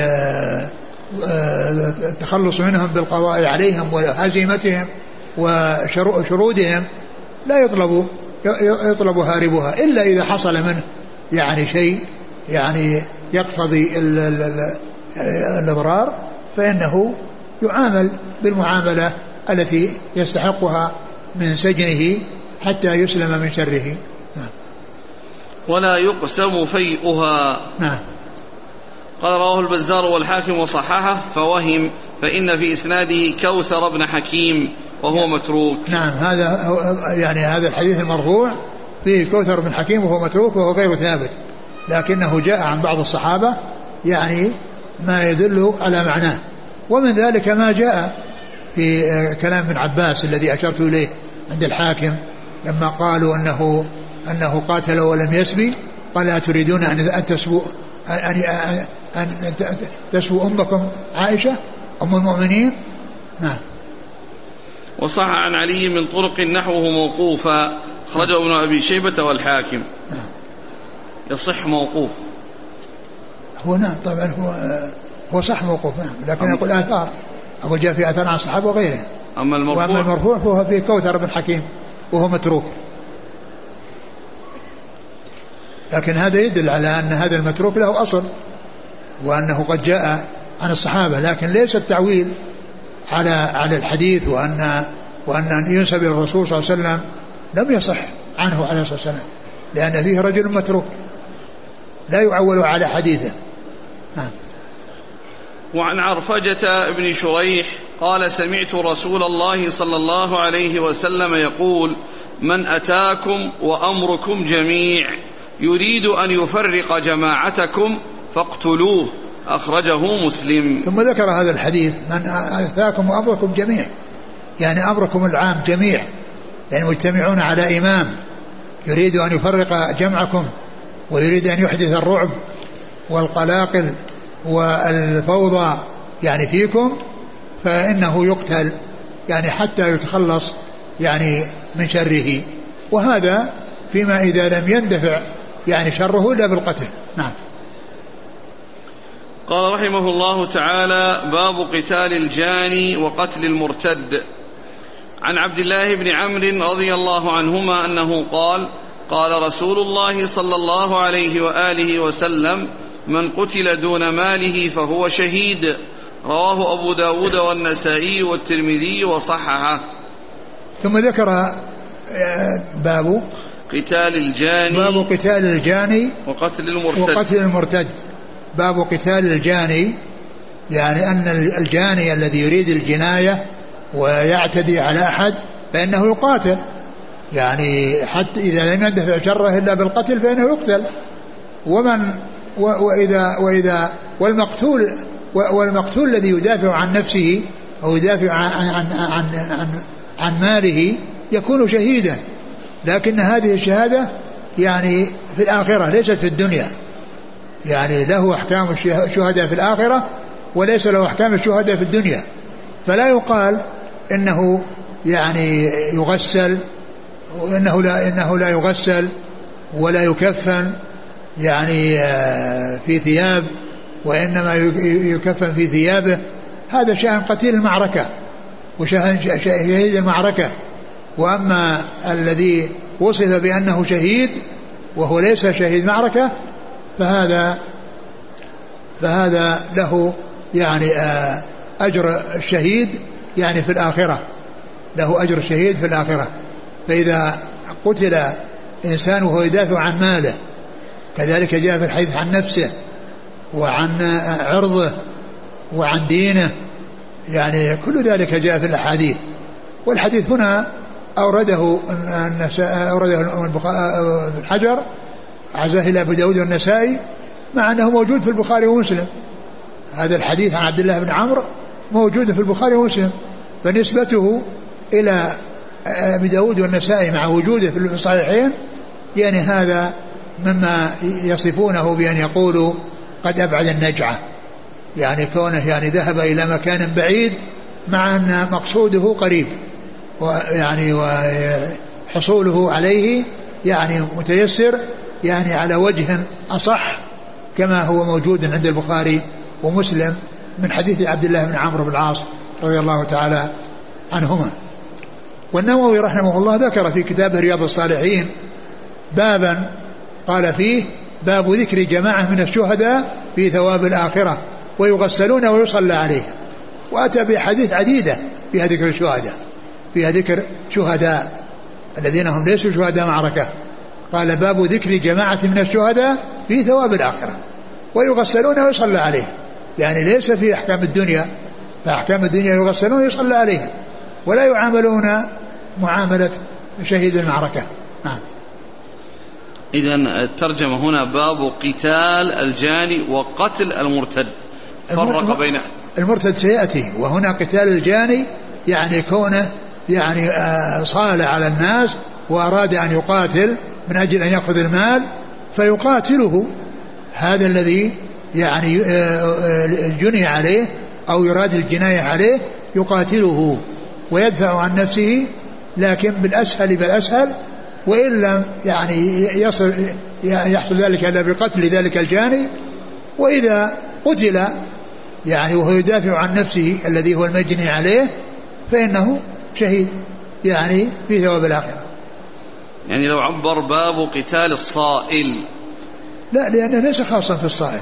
التخلص منهم بالقضاء عليهم وهزيمتهم وشرودهم، لا يطلب يطلب هاربها إلا إذا حصل منه يعني شيء يعني يقتضي الإضرار فإنه يعامل بالمعاملة التي يستحقها من سجنه حتى يسلم من شره. نعم. ولا يقسم فيئها. نعم. قال رواه البزار والحاكم وصححه فوهم فإن في إسناده كوثر بن حكيم وهو متروك. نعم. هذا يعني هذا الحديث المرفوع فيه كوثر بن حكيم وهو متروك وهو غير ثابت، لكنه جاء عن بعض الصحابة يعني ما يدل على معناه. ومن ذلك ما جاء في كلام ابن عباس الذي أشرت إليه عند الحاكم لما قالوا أنه أنه قاتل ولم يسبي، قال أتريدون أن تسبوا أن أن تسبوا أمكم عائشة أم المؤمنين. نعم. وصح عن علي من طرق نحوه موقوفا خرجه ابن أبي شيبة والحاكم. نعم. يصح موقوف هو. نعم طبعا هو هو صح موقوف نعم، لكن يقول آثار أقول جاء في آثار عن الصحابة وغيره. أما المرفوع وأما المرفوع فهو في كوثر بن حكيم وهو متروك، لكن هذا يدل على أن هذا المتروك له أصل وأنه قد جاء عن الصحابة، لكن ليس التعويل على على الحديث وأن وأن ينسب إلى الرسول صلى الله عليه وسلم لم يصح عنه عليه الصلاة والسلام، لأن فيه رجل متروك لا يعول على حديثه. نعم. وعن عرفجة بن شريح قال سمعت رسول الله صلى الله عليه وسلم يقول من أتاكم وأمركم جميع يريد أن يفرق جماعتكم فاقتلوه أخرجه مسلم. ثم ذكر هذا الحديث من أتاكم وأمركم جميع، يعني أمركم العام جميع، يعني مجتمعون على إمام يريد أن يفرق جمعكم ويريد أن يحدث الرعب والقلاقل والفوضى يعني فيكم فإنه يقتل يعني حتى يتخلص يعني من شره، وهذا فيما إذا لم يندفع يعني شره إلا بالقتل. نعم. قال رحمه الله تعالى باب قتال الجاني وقتل المرتد. عن عبد الله بن عمرو رضي الله عنهما أنه قال قال رسول الله صلى الله عليه وآله وسلم من قتل دون ماله فهو شهيد. رواه أبو داود والنسائي والترمذي وصححه. ثم ذكر باب قتال الجاني باب قتال الجاني وقتل المرتد وقتل المرتد. باب قتال الجاني يعني أن الجاني الذي يريد الجناية ويعتدي على أحد فإنه يقاتل، يعني حتى إذا لم يندفع شره إلا بالقتل فإنه يقتل. ومن وإذا وإذا والمقتول والمقتول الذي يدافع عن نفسه أو يدافع عن عن عن, عن, عن ماله يكون شهيدا، لكن هذه الشهادة يعني في الآخرة ليست في الدنيا، يعني له أحكام الشهداء في الآخرة وليس له أحكام الشهداء في الدنيا. فلا يقال إنه يعني يغسل وإنه لا إنه لا يغسل ولا يكفن يعني في ثياب، وإنما يكفن في ثيابه. هذا شأن قتيل المعركة وشأن شهيد المعركة. وأما الذي وصف بأنه شهيد وهو ليس شهيد معركة فهذا فهذا له يعني أجر الشهيد يعني في الآخرة، له أجر الشهيد في الآخرة. فإذا قتل إنسان وهو يدافع عن ماله كذلك جاء في الحديث عن نفسه وعن عرضه وعن دينه، يعني كل ذلك جاء في الأحاديث. والحديث هنا أورده أورده ابن حجر عزاه إلى أبو داود والنسائي مع أنه موجود في البخاري ومسلم. هذا الحديث عن عبد الله بن عمرو موجود في البخاري ومسلم، فنسبته إلى أبي داود والنسائي مع وجوده في الصحيحين يعني هذا مما يصفونه بأن يقولوا قد أبعد النجعة، يعني كونه يعني ذهب إلى مكان بعيد مع أن مقصوده قريب، ويعني وحصوله عليه يعني متيسر يعني على وجه أصح كما هو موجود عند البخاري ومسلم من حديث عبد الله بن عمرو بن العاص رضي الله تعالى عنهما. والنووي رحمه الله ذكر في كتابه رياض الصالحين بابا قال فيه باب ذكر جماعة من الشهداء في ثواب الآخرة ويغسلون ويصلى عليهم، وأتى بحديث عديدة فيها ذكر الشهداء، فيها ذكر شهداء الذين هم ليسوا شهداء معركة. قال باب ذكر جماعة من الشهداء في ثواب الآخرة ويغسلون ويصلى عليهم، يعني ليس في أحكام الدنيا، فأحكام الدنيا يغسلون ويصلى عليهم ولا يعاملون معاملة شهيد المعركة. نعم. إذن الترجمة هنا باب قتال الجاني وقتل المرتد، فرق بين المرتد سيأتي، وهنا قتال الجاني يعني كونه يعني صال على الناس وأراد أن يقاتل من أجل أن يأخذ المال فيقاتله هذا الذي يعني جني عليه أو يراد الجناية عليه، يقاتله ويدفع عن نفسه لكن بالأسهل بالأسهل، وإن لم يعني يصل يحصل ذلك إلا بقتل ذلك الجاني. وإذا قتل يعني وهو يدافع عن نفسه الذي هو المجني عليه فإنه شهيد يعني في ثواب الآخرة. يعني لو عبر باب قتال الصائل، لا لأنه ليس خاصا في الصائل.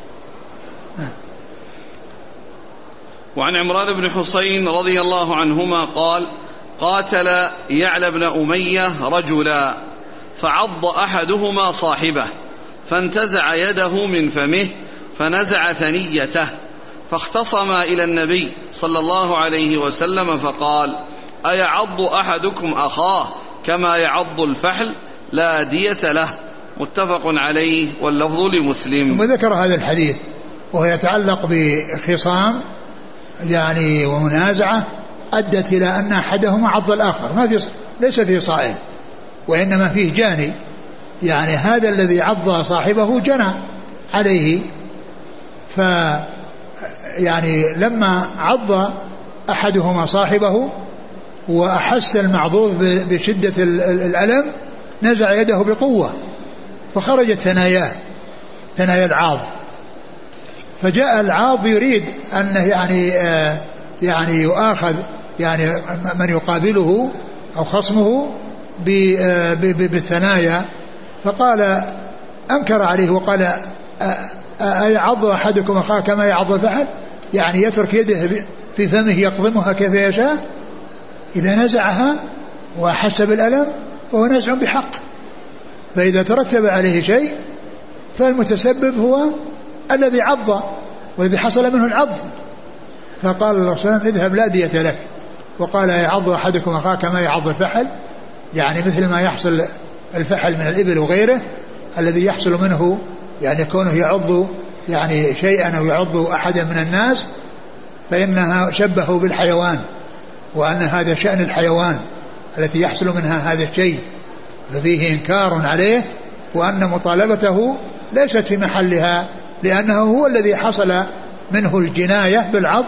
وعن عمران بن حسين رضي الله عنهما قال قاتل يعلى بن أمية رجلا فعض أحدهما صاحبه فانتزع يده من فمه فنزع ثنيته، فاختصما إلى النبي صلى الله عليه وسلم فقال أيعض أحدكم أخاه كما يعض الفحل لا دية له، متفق عليه واللفظ لمسلم. وذكر هذا الحديث وهو يتعلق بخصام يعني ومنازعة أدت إلى أن أحدهما عض الآخر، ما في ليس فيه صائل وإنما فيه جاني، يعني هذا الذي عض صاحبه جنى عليه، ف يعني لما عض أحدهما صاحبه وأحس المعضوض بشدة الألم نزع يده بقوة فخرجت ثناياه ثنايا العاض، فجاء العاض يريد أنه يعني آه يعني يؤاخذ يعني من يقابله أو خصمه بالثنايا، فقال أنكر عليه وقال أيعض أحدكم أخاه كما يعض الفحل، يعني يترك يده في فمه يقضمها كيف يشاء، إذا نزعها وحس بالألم فهو نزع بحق، فإذا ترتب عليه شيء فالمتسبب هو الذي عض والذي حصل منه العض، فقال الله صلى الله عليه وسلم اذهب لا دية لك، وقال يعض أحدكم أخاه كما يعض الفحل، يعني مثل ما يحصل الفحل من الإبل وغيره الذي يحصل منه يعني كونه يعض يعني شيئا أو يعض أحدا من الناس، فإنها شبهه بالحيوان، وأن هذا شأن الحيوان التي يحصل منها هذا الشيء، ففيه إنكار عليه، وأن مطالبته ليست في محلها، لأنه هو الذي حصل منه الجناية بالعض،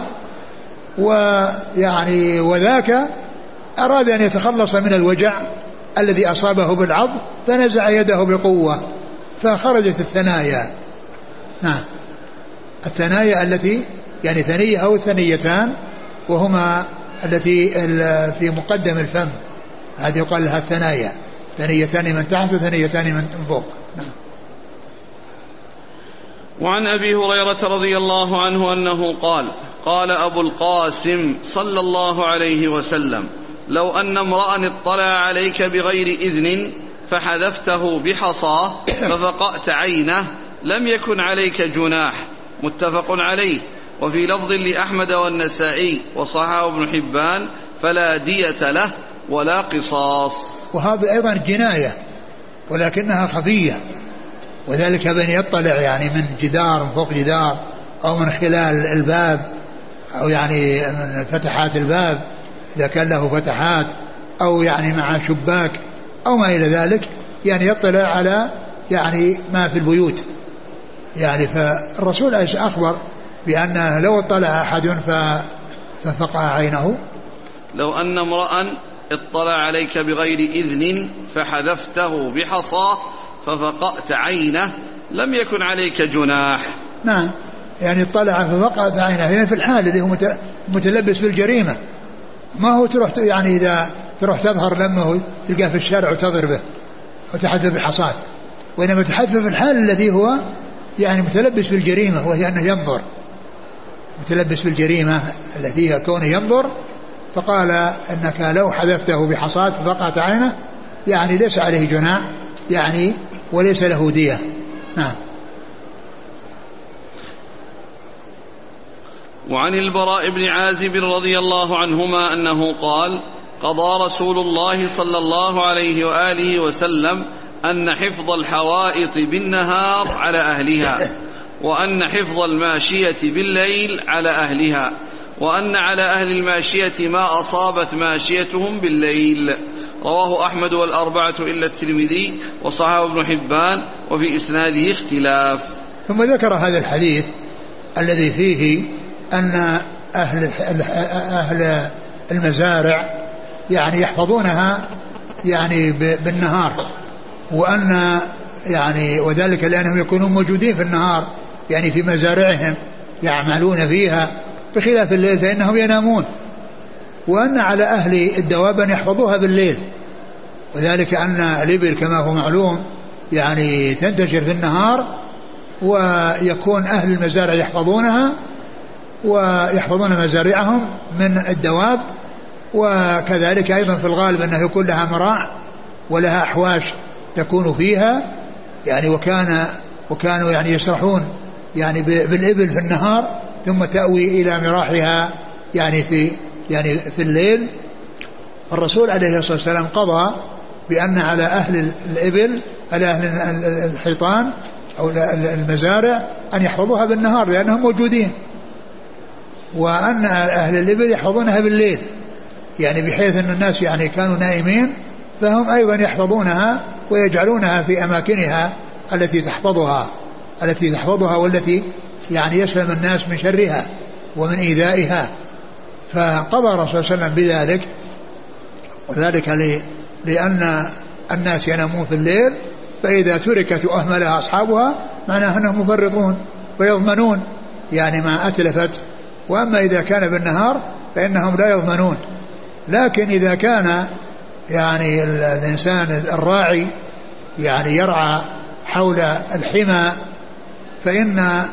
ويعني وذاك أراد أن يتخلص من الوجع الذي أصابه بالعض فنزع يده بقوة فخرجت الثنايا. نعم، الثنايا التي يعني ثنية أو الثنيتان، وهما التي في مقدم الفم، هذه يقال لها الثنايا، ثنيتان من تحت وثنيتان من فوق. نعم. وعن أبي هريرة رضي الله عنه أنه قال قال أبو القاسم صلى الله عليه وسلم: لو أن امرأ اطلع عليك بغير إذن فحذفته بحصاه ففقأت عينه لم يكن عليك جناح. متفق عليه. وفي لفظ لأحمد والنسائي وصححه ابن حبان: فلا دية له ولا قصاص. وهذا أيضا جناية ولكنها خفية، وذلك بأن يطلع يعني من جدار، من فوق جدار، أو من خلال الباب، أو يعني من فتحات الباب إذا كان له فتحات، أو يعني مع شباك أو ما إلى ذلك، يعني يطلع على يعني ما في البيوت. يعني فالرسول أخبر بأنه لو اطلع أحد ففقع عينه، لو أن امرأ اطلع عليك بغير إذن فحذفته بحصاه ففقأت عينه لم يكن عليك جناح. نعم، يعني اطلع ففقأت عينه، هنا في الحال اللي هو متلبس بالجريمة، ما هو تروح يعني إذا تروح تظهر لمه تلقاه في الشارع وتضربه وتحذف بحصات، وإنما تحذف في الحال الذي هو يعني متلبس بالجريمة، وهي أنه ينظر، متلبس بالجريمة التي هي كونه ينظر. فقال إنك لو حذفته بحصات ففقأت عينه يعني ليس عليه جناح يعني وليس له دية. نعم. وعن البراء بن عازب رضي الله عنهما أنه قال: قضى رسول الله صلى الله عليه وآله وسلم أن حفظ الحوائط بالنهار على أهلها، وأن حفظ الماشية بالليل على أهلها، وأن على أهل الماشية ما أصابت ماشيتهم بالليل. رواه أحمد والأربعة إلا الترمذي وصححه ابن حبان، وفي إسناده اختلاف. ثم ذكر هذا الحديث الذي فيه أن أهل أهل المزارع يعني يحفظونها يعني بالنهار، وأن يعني وذلك لأنهم يكونون موجودين في النهار يعني في مزارعهم يعملون فيها، بخلاف الليل فإنهم ينامون. وأن على أهل الدواب أن يحفظوها بالليل، وذلك أن الإبل كما هو معلوم يعني تنتشر في النهار، ويكون أهل المزارع يحفظونها ويحفظون مزارعهم من الدواب. وكذلك أيضا في الغالب أنه يكون لها مراع ولها أحواش تكون فيها يعني، وكان وكانوا يعني يسرحون يعني بالإبل في النهار ثم تأوي إلى مراحها يعني في يعني في الليل. الرسول عليه الصلاة والسلام قضى بأن على أهل الإبل على أهل الحيطان أو المزارع أن يحفظوها بالنهار لأنهم موجودين، وأن أهل الإبل يحفظونها بالليل، يعني بحيث أن الناس يعني كانوا نائمين فهم أيضا يحفظونها ويجعلونها في أماكنها التي تحفظها التي تحفظها والتي يعني يسلم الناس من شرها ومن إيذائها. فقضى الرسول صلى الله عليه وسلم بذلك، وذلك لأن الناس ينامون في الليل، فإذا تركت وأهملها أصحابها معناها أنهم مفرطون ويضمنون يعني ما أتلفت. وأما إذا كان بالنهار فإنهم لا يضمنون. لكن إذا كان يعني الإنسان الراعي يعني يرعى حول الحمى فإن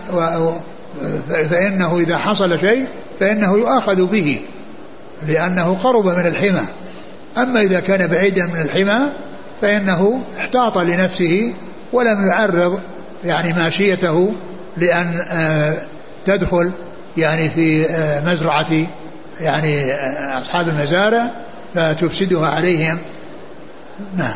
فإنه إذا حصل شيء فإنه يؤاخذ به لأنه قرب من الحمى. أما إذا كان بعيدا من الحمى فإنه احتاط لنفسه ولم يعرض يعني ماشيته لأن تدخل يعني في مزرعة يعني أصحاب المزارع فتفسدها عليهم. نعم.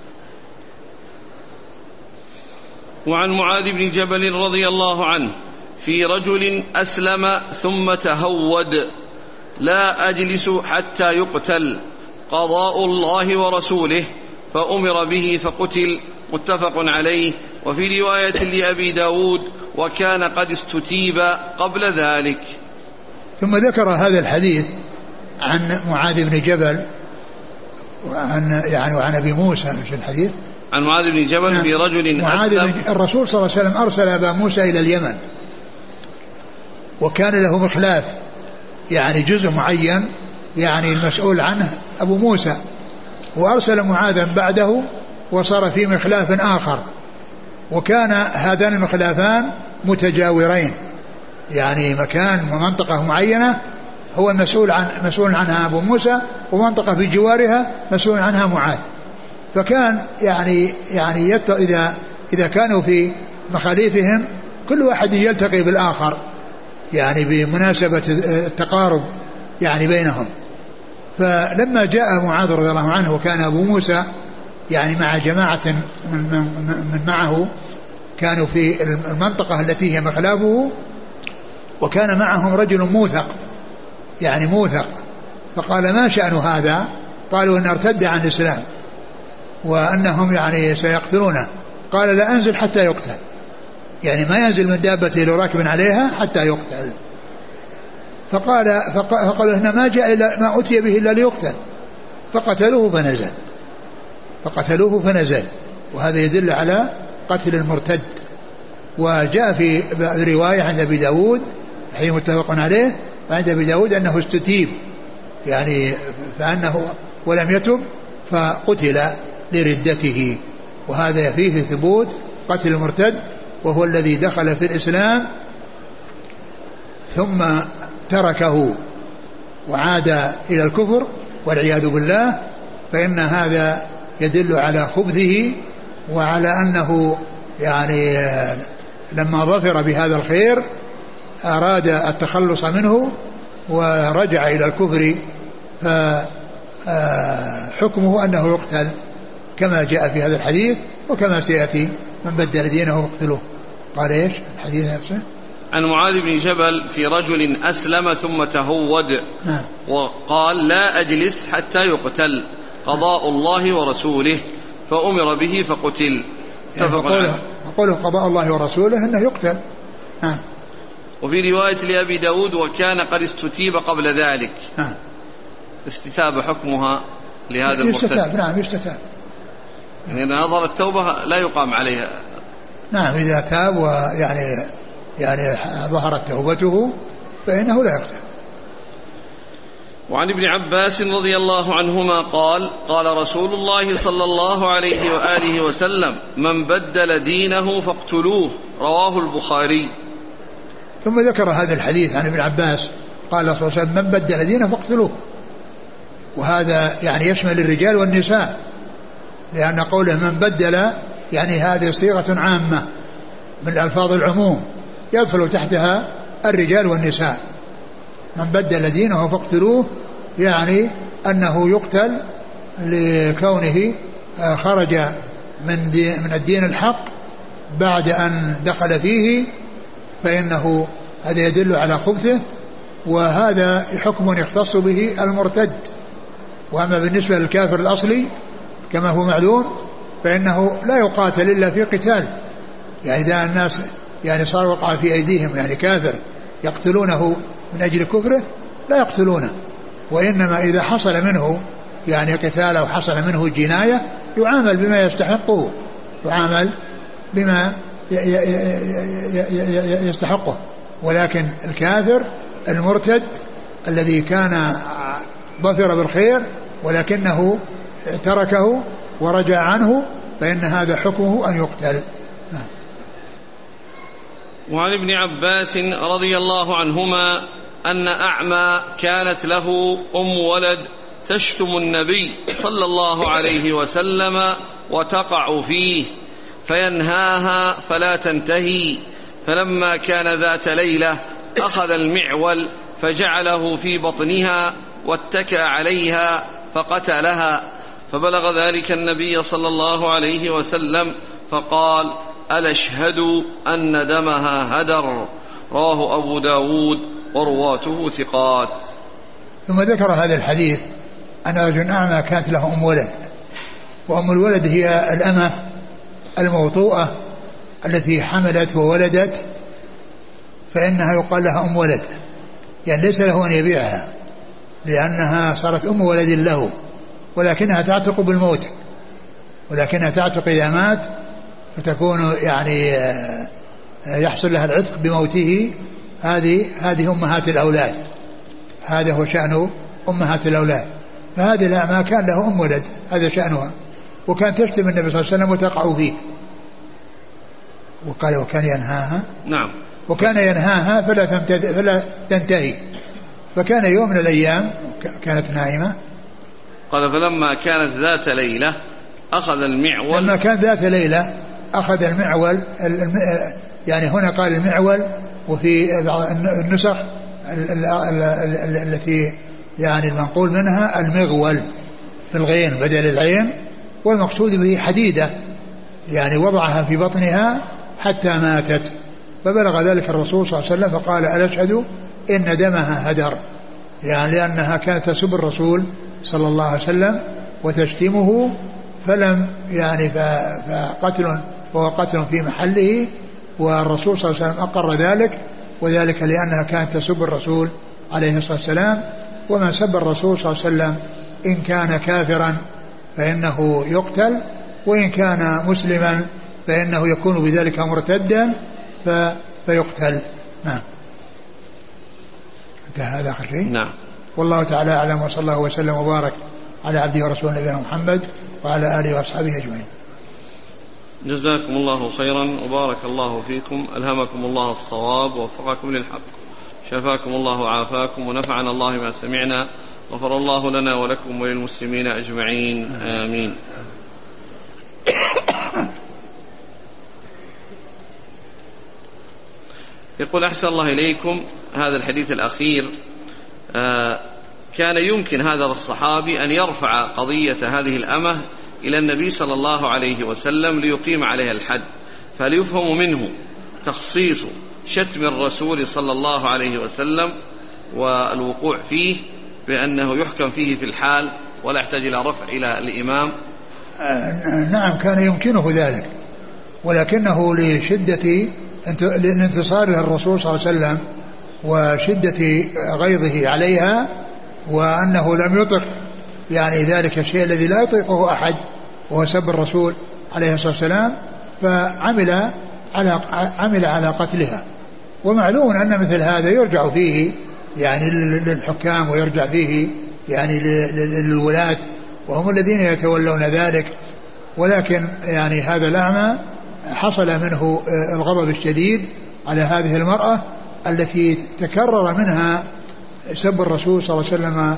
وعن معاذ بن جبل رضي الله عنه في رجل أسلم ثم تهود لا أجلس حتى يقتل قضاء الله ورسوله فأمر به فقتل متفق عليه. وفي رواية لأبي داود وكان قد استتيب قبل ذلك. ثم ذكر هذا الحديث عن معاذ بن جبل وعن يعني وعن أبي موسى في الحديث عن معاذ بن جبل في رجل أسلم. الرسول صلى الله عليه وسلم أرسل أبا موسى إلى اليمن وكان له مخلاف يعني جزء معين يعني المسؤول عنه أبو موسى، وأرسل معاذا بعده وصار في مخلاف آخر، وكان هذان المخلافان متجاورين يعني مكان ومنطقة معينة هو المسؤول عن مسؤول عنها أبو موسى ومنطقة في جوارها مسؤول عنها معاذ. فكان يعني يعني إذا إذا كانوا في مخاليفهم كل واحد يلتقي بالآخر يعني بمناسبة التقارب يعني بينهم. فلما جاء معاذ رضي الله عنه وكان أبو موسى يعني مع جماعة من, من, من معه كانوا في المنطقة التي هي مخلافه، وكان معهم رجل موثق يعني موثق، فقال ما شأن هذا؟ قالوا إن ارتد عن الإسلام وأنهم يعني سيقتلونه. قال لا أنزل حتى يقتل، يعني ما ينزل من دابته لو راكب عليها حتى يقتل. فقال فقالوا إن ما جاء إلا ما أتي به إلا ليقتل، فقتلوه فنزل فقتلوه فنزل وهذا يدل على قتل المرتد. وجاء في رواية عند أبي داود حين متفق عليه عند أبي داود أنه استتيب يعني فأنه ولم يتب فقتل لردته، وهذا فيه ثبوت قتل المرتد وهو الذي دخل في الإسلام ثم تركه وعاد إلى الكفر والعياذ بالله، فإن هذا يدل على خبثه وعلى أنه يعني لما ظفر بهذا الخير أراد التخلص منه ورجع إلى الكفر، فحكمه أنه يقتل كما جاء في هذا الحديث وكما سيأتي من بدل دينه فاقتلوه. قال إيش الحديث نفسه؟ عن معاذ بن جبل في رجل أسلم ثم تهود نعم. وقال لا أجلس حتى يقتل قضاء الله ورسوله فأمر به فقتل. يعني فقوله قضاء الله ورسوله أنه يقتل. نعم. وفي رواية لأبي داود وكان قد استتيب قبل ذلك. نعم. استتاب حكمها لهذا المرتد. يستتاب. نعم يستتاب. يعني إذا نظر التوبة لا يقام عليها. نعم إذا تاب ويعني يعني ظهرت توبته فإنه لا يقتل. وعن ابن عباس رضي الله عنهما قال قال رسول الله صلى الله عليه وآله وسلم من بدل دينه فاقتلوه رواه البخاري. ثم ذكر هذا الحديث عن ابن عباس قال صلى الله عليه وسلم من بدل دينه فاقتلوه، وهذا يعني يشمل الرجال والنساء، لأن قوله من بدل يعني هذه صيغة عامة من ألفاظ العموم يدخل تحتها الرجال والنساء. من بدل دينه فاقتلوه يعني أنه يقتل لكونه خرج من, دي من الدين الحق بعد أن دخل فيه، فإنه هذا يدل على خبثه، وهذا حكم يختص به المرتد. وأما بالنسبة للكافر الأصلي كما هو معلوم فإنه لا يقاتل إلا في قتال، يعني إذا الناس يعني صار وقع في أيديهم يعني كافر يقتلونه من أجل كفره لا يقتلونه، وإنما إذا حصل منه يعني قتال أو حصل منه جناية يعامل بما يستحقه يعامل بما يستحقه. ولكن الكافر المرتد الذي كان ظفر بالخير ولكنه تركه ورجع عنه فإن هذا حكمه أن يقتل. وعن ابن عباس رضي الله عنهما أن أعمى كانت له أم ولد تشتم النبي صلى الله عليه وسلم وتقع فيه فينهاها فلا تنتهي، فلما كان ذات ليلة أخذ المعول فجعله في بطنها واتكأ عليها فقتلها، فبلغ ذلك النبي صلى الله عليه وسلم فقال: ألا اشهد أن دمها هدر. رواه أبو داود ورواته ثقات. ثم ذكر هذا الحديث أن رجل أعمى كانت له أم ولد، وأم الولد هي الأمة الموطوءة التي حملت وولدت، فإنها يقال لها أم ولد، يعني ليس له أن يبيعها لأنها صارت أم ولد له، ولكنها تعتق بالموت، ولكنها تعتق إذا مات فتكون يعني يحصل لها العتق بموته. هذه هذه أمهات الأولاد، هذا هو شأن أمهات الأولاد. فهذه الأعمى كان له أم ولد، هذا شأنها، وكان تشتم النبي صلى الله عليه وسلم وتقع فيه، وقال وكان ينهاها نعم وكان ينهاها فلا, فلا تنتهي. فكان يوم من الأيام كانت نائمة، قال فلما كانت ذات ليلة أخذ المعول، لما كانت ذات ليلة أخذ المعول، يعني هنا قال المعول، وفي النسخ التي يعني المنقول منها المغول في الغين بدل العين، والمقصود به حديدة، يعني وضعها في بطنها حتى ماتت. فبلغ ذلك الرسول صلى الله عليه وسلم فقال: ألا أشهد إن دمها هدر، يعني لأنها كانت تسب الرسول صلى الله عليه وسلم وتشتمه، فلم يعني فقتل وهو قتل في محله، والرسول صلى الله عليه وسلم أقر ذلك، وذلك لأنها كانت تسب الرسول عليه الصلاة والسلام. ومن سب الرسول صلى الله عليه وسلم إن كان كافرا فإنه يقتل، وإن كان مسلما فإنه يكون بذلك مرتدا فيقتل. نعم. انتهى هذا آخر شيء. نعم. والله تعالى أعلم، وصلى الله وسلم وبارك على عبده ورسوله نبينا محمد وعلى آله وأصحابه أجمعين. جزاكم الله خيرا وبارك الله فيكم، ألهمكم الله الصواب ووفقكم للحق، شفاكم الله وعافاكم، ونفعنا الله ما سمعنا، غفر الله لنا ولكم وللمسلمين أجمعين، آمين. يقول: أحسن الله إليكم، هذا الحديث الأخير آه كان يمكن هذا الصحابي أن يرفع قضية هذه الأمة إلى النبي صلى الله عليه وسلم ليقيم عليها الحد، فهل يفهم منه تخصيص شتم الرسول صلى الله عليه وسلم والوقوع فيه بأنه يحكم فيه في الحال ولا يحتاج إلى رفع إلى الإمام؟ آه نعم، كان يمكنه ذلك، ولكنه لشدة لانتصار الرسول صلى الله عليه وسلم وشدة غيظه عليها، وأنه لم يطق يعني ذلك الشيء الذي لا يطيقه أحد وهو سب الرسول عليه الصلاة والسلام، فعمل على عمل على قتلها. ومعلوم أن مثل هذا يرجع فيه يعني للحكام، ويرجع فيه يعني للولاة، وهم الذين يتولون ذلك. ولكن يعني هذا الأعمى حصل منه الغضب الشديد على هذه المرأة التي تكرر منها سب الرسول صلى الله عليه وسلم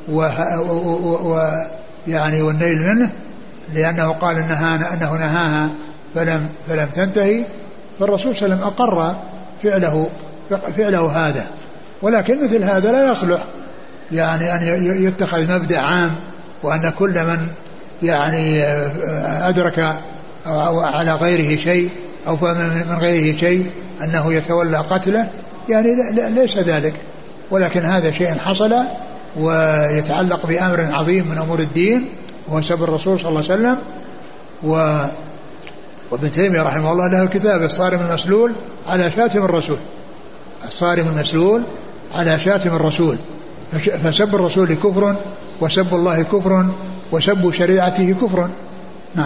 ويعني والنيل منه، لأنه قال إنها أنه نهاها فلم فلم تنتهي. فالرسول صلى الله عليه وسلم أقر فعله فعله هذا. ولكن مثل هذا لا يصلح يعني أن يتخذ مبدأ عام، وأن كل من يعني أدرك على غيره شيء أو من غيره شيء أنه يتولى قتله، يعني ليس ذلك. ولكن هذا شيء حصل ويتعلق بأمر عظيم من أمور الدين، وهو سب الرسول صلى الله عليه وسلم. و وابن تيمية رحمه الله له كتاب الصارم المسلول على شاتم الرسول، الصارم المسلول على شاتم الرسول. فسب الرسول كفر، وسب الله كفر، وسب شريعته كفر. نعم.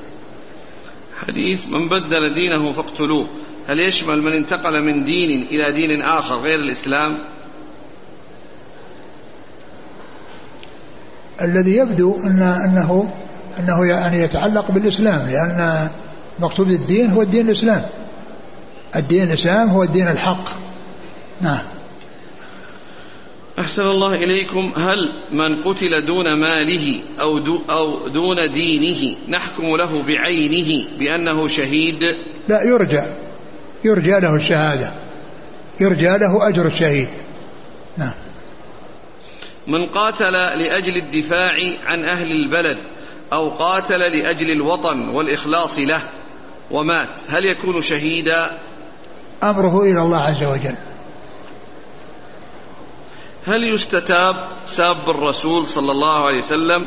حديث: من بدل دينه فاقتلوه، هل يشمل من انتقل من دين إلى دين آخر غير الإسلام؟ الذي يبدو أن أنه أنه يعني يتعلق بالإسلام، لأن مقصود الدين هو الدين الإسلام، الدين الإسلام هو الدين الحق. نعم. أحسن الله إليكم، هل من قتل دون ماله أو, دو أو دون دينه نحكم له بعينه بأنه شهيد؟ لا، يرجى يرجى له الشهادة، يرجى له أجر الشهيد، نعم. من قاتل لأجل الدفاع عن أهل البلد أو قاتل لأجل الوطن والإخلاص له ومات هل يكون شهيدا؟ أمره إلى الله عز وجل. هل يستتاب ساب الرسول صلى الله عليه وسلم؟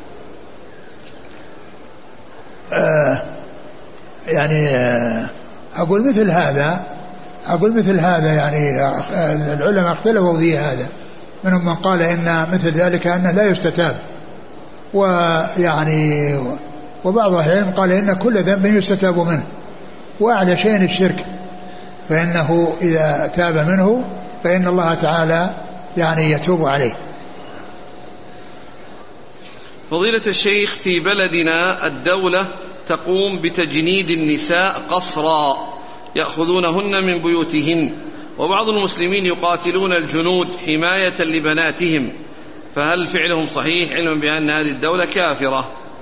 آه يعني آه أقول مثل هذا أقول مثل هذا يعني آه العلماء اختلفوا في هذا، منهم من قال إن مثل ذلك أنه لا يستتاب، ويعني وبعض العلم قال إن كل ذنب يستتاب منه، وأعلى شيء الشرك، فإنه إذا تاب منه فإن الله تعالى يعني يتوب عليه. فضيلة الشيخ، في بلدنا الدولة تقوم بتجنيد النساء قسرا يأخذونهن من بيوتهن، وبعض المسلمين يقاتلون الجنود حماية لبناتهم، فهل فعلهم صحيح علما بأن هذه الدولة كافرة؟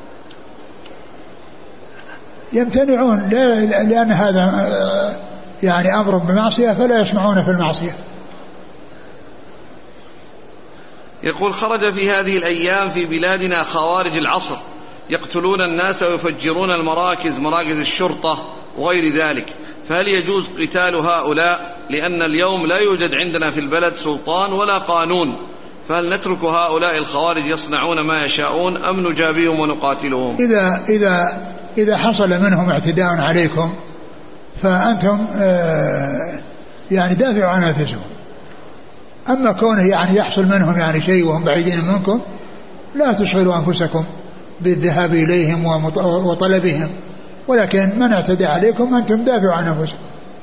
يمتنعون لأن هذا يعني أمر بمعصية فلا يسمعون في المعصية. يقول: خرج في هذه الأيام في بلادنا خوارج العصر يقتلون الناس ويفجرون المراكز مراكز الشرطة وغير ذلك، فهل يجوز قتال هؤلاء؟ لأن اليوم لا يوجد عندنا في البلد سلطان ولا قانون، فهل نترك هؤلاء الخوارج يصنعون ما يشاءون أم نجابيهم ونقاتلهم؟ إذا, إذا, إذا حصل منهم اعتداء عليكم فأنتم يعني دافعوا عن أنفسهم، أما كونه يعني يحصل منهم يعني شيء وهم بعيدين منكم لا تشغلوا أنفسكم بالذهاب إليهم وطلبهم، ولكن من اعتدى عليكم أنتم دافعوا عن أنفسكم.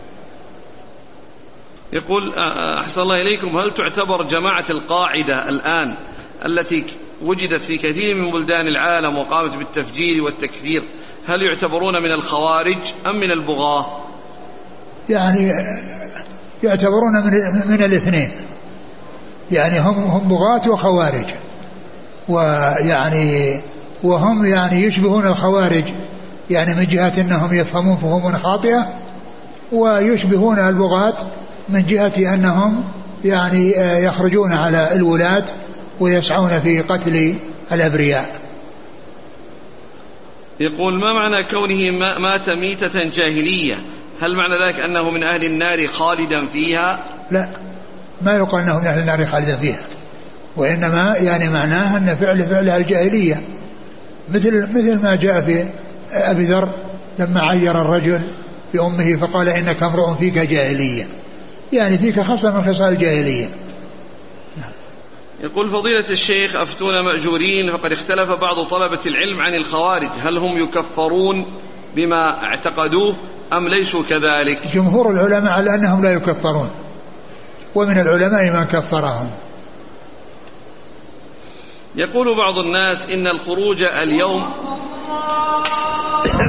يقول: أحسن الله إليكم، هل تعتبر جماعة القاعدة الآن التي وجدت في كثير من بلدان العالم وقامت بالتفجير والتكفير، هل يعتبرون من الخوارج أم من البغاة؟ يعني يعتبرون من, من الاثنين، يعني هم هم بغاة وخوارج، ويعني وهم يعني يشبهون الخوارج يعني من جهة أنهم يفهمون فهما خاطئة، ويشبهون البغاة من جهة أنهم يعني يخرجون على الولاة ويسعون في قتل الأبرياء. يقول: ما معنى كونه مات ميتة جاهلية؟ هل معنى ذلك أنه من أهل النار خالدا فيها؟ لا، ما يقال أنه من أهل النار خالدا فيها، وإنما يعني معناه أن فعل فعل الجاهلية، مثل مثل ما جاء في أبي ذر لما عير الرجل بأمه فقال إنك امرؤ فيك جاهلية، يعني فيك خصلة من خصال الجاهلية. يقول: فضيلة الشيخ، أفتونا مأجورين، فقد اختلف بعض طلبة العلم عن الخوارج، هل هم يكفرون بما اعتقدوه أم ليسوا كذلك؟ جمهور العلماء على أنهم لا يكفرون، ومن العلماء من كفرهم. يقول بعض الناس إن الخروج اليوم